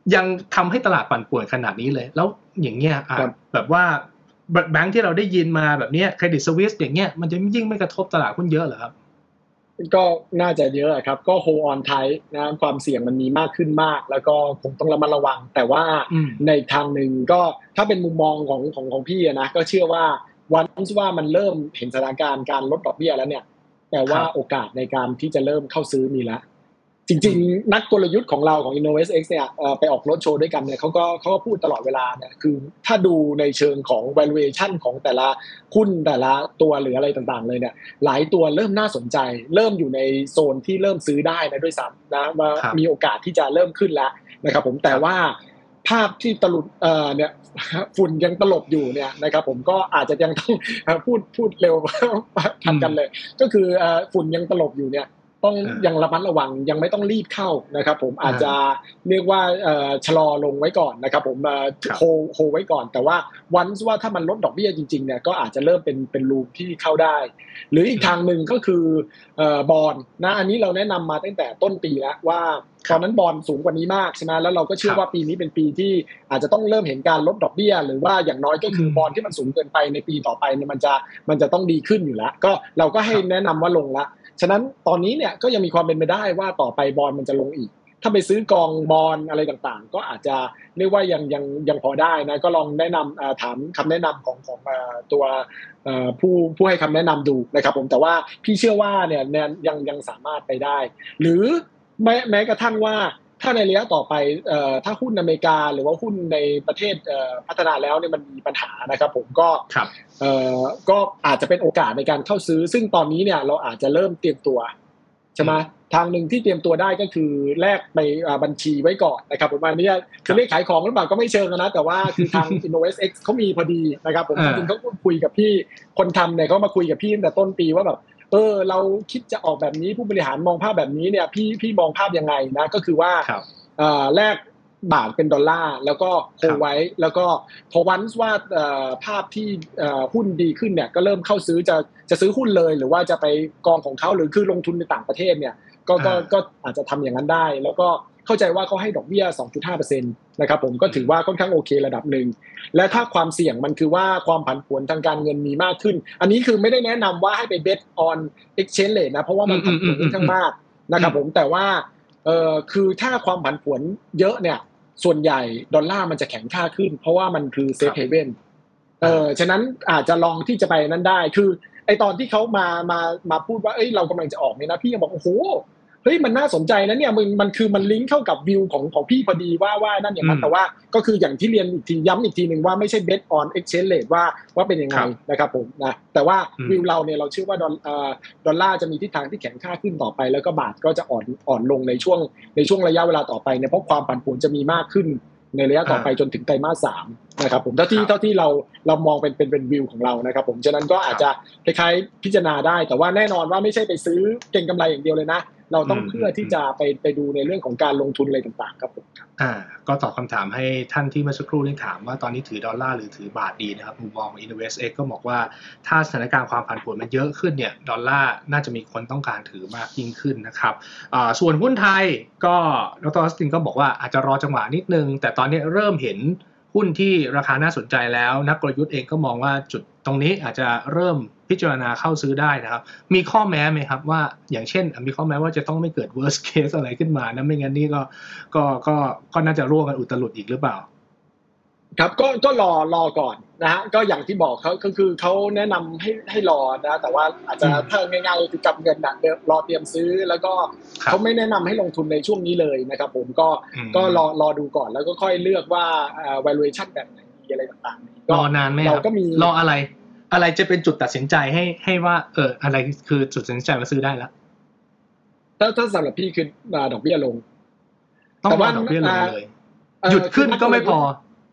[SPEAKER 1] ยังทำให้ตลาดปั่นป่วนขนาดนี้เลยแล้วอย่างเงี้ยแบบว่าแบงค์ที่เราได้ยินมาแบบนี้เครดิตสวิสอย่างเงี้ยมันจะยิ่งไม่กระทบตลาดหุ้นเยอะเหรอครับ
[SPEAKER 2] ก็น่าจะเยอะครับก็ hold on tight นะความเสี่ยงมันมีมากขึ้นมากแล้วก็คงต้องระมัดระวังแต่ว่าในทางหนึ่งก็ถ้าเป็นมุมมองของพี่นะก็เชื่อว่าวันว่ามันเริ่มเห็นสถานการณ์การลดดอกเบี้ยแล้วเนี่ยแต่ว่าโอกาสในการที่จะเริ่มเข้าซื้อมีแล้วจริงๆนักกลยุทธ์ของเราของ InnovestX เนี่ยไปออกรถโชว์ด้วยกันเนี่ยเขาก็พูดตลอดเวลาเนี่ยคือถ้าดูในเชิงของ valuation ของแต่ละหุ้นแต่ละตัวหรืออะไรต่างๆเลยเนี่ยหลายตัวเริ่มน่าสนใจเริ่มอยู่ในโซนที่เริ่มซื้อได้นะด้วยซ้ำนะว่ามีโอกาสที่จะเริ่มขึ้นแล้วนะครับผมแต่ว่าภาพที่ตลุดเนี่ยฝุ่นยังตลบอยู่เนี่ยนะครับผมก็อาจจะยังต้องพูดเร็วทันกันเลยก็คือฝุ่นยังตลบอยู่เนี่ยต้องยังระมัดระวังยังไม่ต้องรีบเข้านะครับผมอาจจะเรียกว่าชะลอลงไว้ก่อนนะครับผมโฮไว้ก่อนแต่ว่าวันว่าถ้ามันลดดอกเบี้ยจริงๆเนี่ยก็อาจจะเริ่มเป็นรูมที่เข้าได้หรืออีกทางหนึ่งก็คือบอนนะอันนี้เราแนะนำมาตั้งแต่ต้นปีแล้วว่าตอนนั้นบอนสูงกว่านี้มากใช่ไหมแล้วเราก็เชื่อว่าปีนี้เป็นปีที่อาจจะต้องเริ่มเห็นการลดดอกเบี้ยหรือว่าอย่างน้อยก็คือบอนที่มันสูงเกินไปในปีต่อไปเนี่ยมันจะต้องดีขึ้นอยู่แล้วก็เราก็ให้แนะนำว่าลงละฉะนั้นตอนนี้เนี่ยก็ยังมีความเป็นไปได้ว่าต่อไปบอนมันจะลงอีกถ้าไปซื้อกองบอนอะไรต่างๆก็อาจจะเรียกว่ายังพอได้นะก็ลองแนะนำถามคำแนะนำของตัวผู้ให้คำแนะนำดูนะครับผมแต่ว่าพี่เชื่อว่าเนี่ยยังสามารถไปได้หรือแม้กระทั่งว่าถ้าในระยะต่อไปถ้าหุ้นอเมริกาหรือว่าหุ้นในประเทศพัฒนาแล้วเนี่ยมันมีปัญหานะครับผมก็อาจจะเป็นโอกาสในการเข้าซื้อซึ่งตอนนี้เนี่ยเราอาจจะเริ่มเตรียมตัวใช่ไหมทางหนึ่งที่เตรียมตัวได้ก็คือแลกไปบัญชีไว้ก่อนนะครับผมอันนี้จะเรียกขายของหรือเปล่าก็ไม่เชิงนะแต่ว่าคือทาง InnovestX เขามีพอดีนะครับผมจริงๆเขาคุยกับพี่คนทำเนี่ยเขามาคุยกับพี่ตั้งแต่ต้นปีว่าแบบเราคิดจะออกแบบนี้ผู้บริหารมองภาพแบบนี้เนี่ยพี่มองภาพยังไงนะก็คือว่าแลกบาทเป็นดอลลาร์แล้วก็โฮไว้แล้วก็พอวันว่าภาพที่หุ้นดีขึ้นเนี่ยก็เริ่มเข้าซื้อจะซื้อหุ้นเลยหรือว่าจะไปกองของเขาหรือคือลงทุนในต่างประเทศเนี่ยก็อาจจะทำอย่างนั้นได้แล้วก็เข้าใจว่าเขาให้ดอกเบี้ย 2.5% นะครับผมก็ถือว่าค่อนข้างโอเคระดับหนึ่งและถ้าความเสี่ยงมันคือว่าความผันผวนทางการเงินมีมากขึ้นอันนี้คือไม่ได้แนะนำว่าให้ไป bet on exchange rate นะเพราะว่ามันผันผวนค่อนข้างมากนะครับผมแต่ว่าคือถ้าความผันผวนเยอะเนี่ยส่วนใหญ่ดอลลาร์มันจะแข็งค่าขึ้นเพราะว่ามันคือเซฟเฮเว่นฉะนั้นอาจจะลองที่จะไปนั้นได้คือไอตอนที่เขามาพูดว่าเอ้ยเรากำลังจะออกเนี่ยนะพี่ยังบอกโอ้โหเฮ้ยมันน่าสนใจนะเนี่ยมันลิงก์เข้ากับวิวของพี่พอดีว่านั่นอย่างนั้นแต่ว่าก็คืออย่างที่เรียนอีกทีย้ำอีกทีนึงว่าไม่ใช่ bet on exchange rate ว่าเป็นยังไงนะครับผมนะแต่ว่าวิวเราเนี่ยเราเชื่อว่าดอลลาร์จะมีทิศทางที่แข็งค่าขึ้นต่อไปแล้วก็บาทก็จะอ่อนลงในช่วงระยะเวลาต่อไปเนี่ยเพราะความผันผวนจะมีมากขึ้นในระยะต่อไปจนถึงไตรมาส 3นะครับผมเท่าที่เรามองเป็นวิวของเรานะครับผมฉะนั้นก็อาจจะคล้ายๆพิจารณาได้แต่ว่าแน่นอนว่าไม่ใช่ไปซื้อเก็งกำไรอย่างเดียวเลยนะเราต้องเพื่อที่จะไปดูในเรื่องของการลงทุนอะไรต่างๆครับผม
[SPEAKER 1] ก็ตอบคำถามให้ท่านที่เมื่อสักครู่นี้ถามว่าตอนนี้ถือดอลลาร์หรือถือบาทดีนะครับมุมมองของ InnovestX ก็บอกว่าถ้าสถานการณ์ความผันผวนมันเยอะขึ้นเนี่ยดอลลาร์น่าจะมีคนต้องการถือมากยิ่งขึ้นนะครับส่วนหุ้นไทยก็ดร.ออสตินก็บอกว่าอาจจะรอจังหวะนิดนึงแต่ตอนนี้เริ่มเห็นหุ้นที่ราคาน่าสนใจแล้วนักกลยุทธ์เองก็มองว่าจุดตรงนี้อาจจะเริ่มพิจารณาเข้าซื้อได้นะครับมีข้อแม้ไหมครับว่าอย่างเช่นมีข้อแม้ว่าจะต้องไม่เกิด worst case อะไรขึ้นมานะไม่งั้นนี่ก็น่าจะร่วงกันอุตลุดอีกหรือเปล่า
[SPEAKER 2] ครับก็รอก่อนนะฮะก็อย่างที่บอกเขาก็คือเขาแนะนำให้รอนะแต่ว่าอาจจะถ้าง่ายๆคือกับเงินรอเตรียมซื้อแล้วก็เขาไม่แนะนำให้ลงทุนในช่วงนี้เลยนะครับผมก็รอดูก่อนแล้วก็ค่อยเลือกว่าvaluation แบบไหนดีอะไรต่าง
[SPEAKER 1] ๆรอนานไหมครับรออะไรจะเป็นจุดตัดสินใจให้ว่าอะไรคือจุดตัดสินใจมาซื้อได้แล้ว
[SPEAKER 2] ถ้าสำหรับพี่คือดอกเบี้ยลง
[SPEAKER 1] ต้องรอดอกเบี้ยลงเลยหยุดขึ้นก็ไม่พอ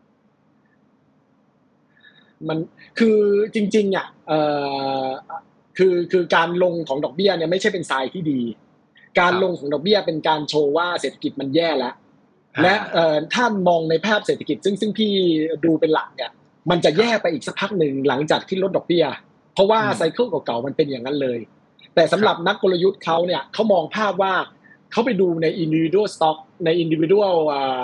[SPEAKER 2] มันคือจริงๆคือการลงของดอกเบี้ยเนี่ยไม่ใช่เป็นทรายที่ดีการลงของดอกเบี้ยเป็นการโชว์ว่าเศรษฐกิจมันแย่แล้วและถ้ามองในภาพเศรษฐกิจซึ่งพี่ดูเป็นหลักเนี่ยมันจะแย่ไปอีกสักพักหนึ่งหลังจากที่ลดดอกเบี้ยเพราะว่าไซเคิลเก่าๆมันเป็นอย่างนั้นเลยแต่สำหรับนักกลยุทธ์เขาเนี่ยเขามองภาพว่าเขาไปดูใน individual stock ใน individual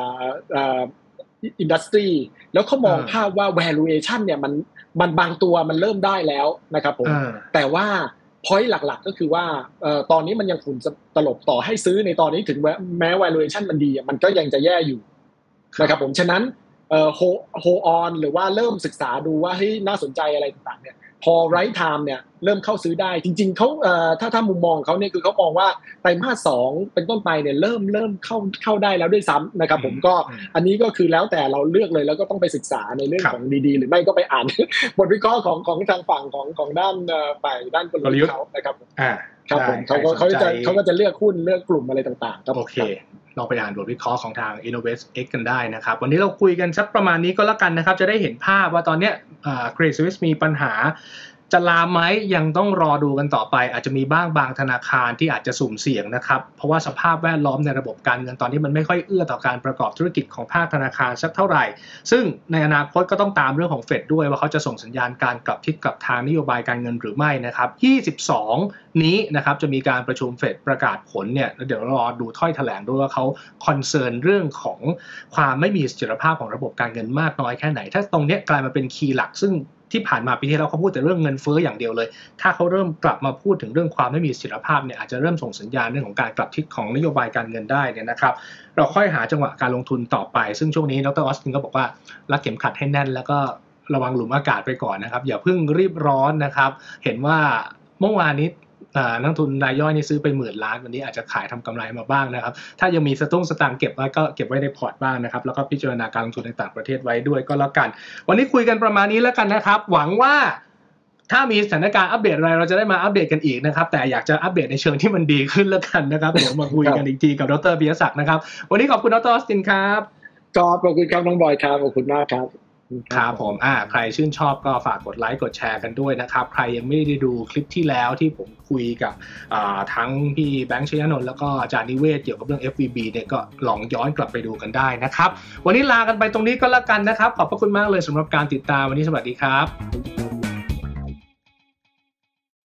[SPEAKER 2] industry แล้วเขามองภาพว่า valuation เนี่ยมันบางตัวมันเริ่มได้แล้วนะครับผมแต่ว่า point หลักๆก็คือว่าตอนนี้มันยังฝุ่นตลบต่อให้ซื้อในตอนนี้ถึงแม้ valuation มันดีมันก็ยังจะแย่อยู่นะครับผมฉะนั้นhold on หรือว่าเริ่มศึกษาดูว่าเฮ้ยน่าสนใจอะไรต่างๆเนี่ยพอ right time เนี่ยเริ่มเข้าซื้อได้จริงๆเขาถ้ามุมมองเขาเนี่ยคือเขามองว่าไตรมาส2เป็นต้นไปเนี่ยเริ่มเข้าได้แล้วด้วยซ้ำนะครับผมก็อันนี้ก็คือแล้วแต่เราเลือกเลยแล้วก็ต้องไปศึกษาในเรื่องของดีๆหรือไม่ก็ไปอ่าน บทวิเคราะห์ของทางฝั่งของด้านฝ่ายด้านกลยุทธ์เขานะครับครับผมเขาก็จะเลือกหุ้นเลือกกลุ่มอะไรต่างๆครับ
[SPEAKER 1] โอเคลองไปอ่านบทวิเคราะห์ของทาง InnovestX กันได้นะครับวันนี้เราคุยกันสักประมาณนี้ก็แล้วกันนะครับจะได้เห็นภาพว่าตอนเนี้ยCredit Suisse มีปัญหาจะลามไหมยังต้องรอดูกันต่อไปอาจจะมีบางธนาคารที่อาจจะสุ่มเสี่ยงนะครับเพราะว่าสภาพแวดล้อมในระบบการเงินตอนนี้มันไม่ค่อยเอื้อต่อการประกอบธุรกิจของภาคธนาคารสักเท่าไหร่ซึ่งในอนาคตก็ต้องตามเรื่องของเฟดด้วยว่าเขาจะส่งสัญญาณการกลับทิศกลับทางนโยบายการเงินหรือไม่นะครับ22นี้นะครับจะมีการประชุมเฟดประกาศผลเนี่ยเดี๋ยวรอดูถ้อยแถลงด้วยว่าเขาคอนเซิร์นเรื่องของความไม่มีเสถียรภาพของระบบการเงินมากน้อยแค่ไหนถ้าตรงนี้กลายมาเป็นคีย์หลักซึ่งที่ผ่านมาปีที่แล้วเขาพูดแต่เรื่องเงินเฟ้ออย่างเดียวเลยถ้าเขาเริ่มกลับมาพูดถึงเรื่องความไม่มีเสถียรภาพเนี่ยอาจจะเริ่มส่งสัญญาณเรื่องของการกลับทิศของนโยบายการเงินได้เนี่ยนะครับเราค่อยหาจังหวะการลงทุนต่อไปซึ่งช่วงนี้ดร.ออสตินก็บอกว่ารัดเข็มขัดให้แน่นแล้วก็ระวังหลุมอากาศไปก่อนนะครับอย่าเพิ่งรีบร้อนนะครับเห็นว่าเมื่อวานนี้นักทุนรายย่อยนี่ซื้อไป10,000 ล้านวันนี้อาจจะขายทำกำไรมาบ้างนะครับถ้ายังมีสตางค์เก็บไว้ก็เก็บไว้ในพอร์ตบ้างนะครับแล้วก็พิจารณาการลงทุนในต่างประเทศไว้ด้วยก็แล้วกันวันนี้คุยกันประมาณนี้แล้วกันนะครับหวังว่าถ้ามีสถานการณ์อัปเดตอะไรเราจะได้มาอัปเดตกันอีกนะครับแต่อยากจะอัปเดตในเชิงที่มันดีขึ้นแล้วกันนะครับเดี๋ยวมาคุยกันอีกทีกับดร.ปิยศักดิ์นะครับวันนี้ขอบคุณดร.ออสตินครับ
[SPEAKER 2] ขอบคุณครับน้องบอยครับขอบคุณมากครับ
[SPEAKER 1] ครับผมใครชื่นชอบก็ฝากกดไลค์กดแชร์กันด้วยนะครับใครยังไม่ได้ดูคลิปที่แล้วที่ผมคุยกับทั้งพี่แบงค์ชยนนท์แล้วก็อาจารย์นิเวศเกี่ยวกับเรื่อง FVB เนี่ยก็ลองย้อนกลับไปดูกันได้นะครับวันนี้ลากันไปตรงนี้ก็แล้วกันนะครับขอบพระคุณมากเลยสำหรับการติดตามวันนี้สวัสดีครับ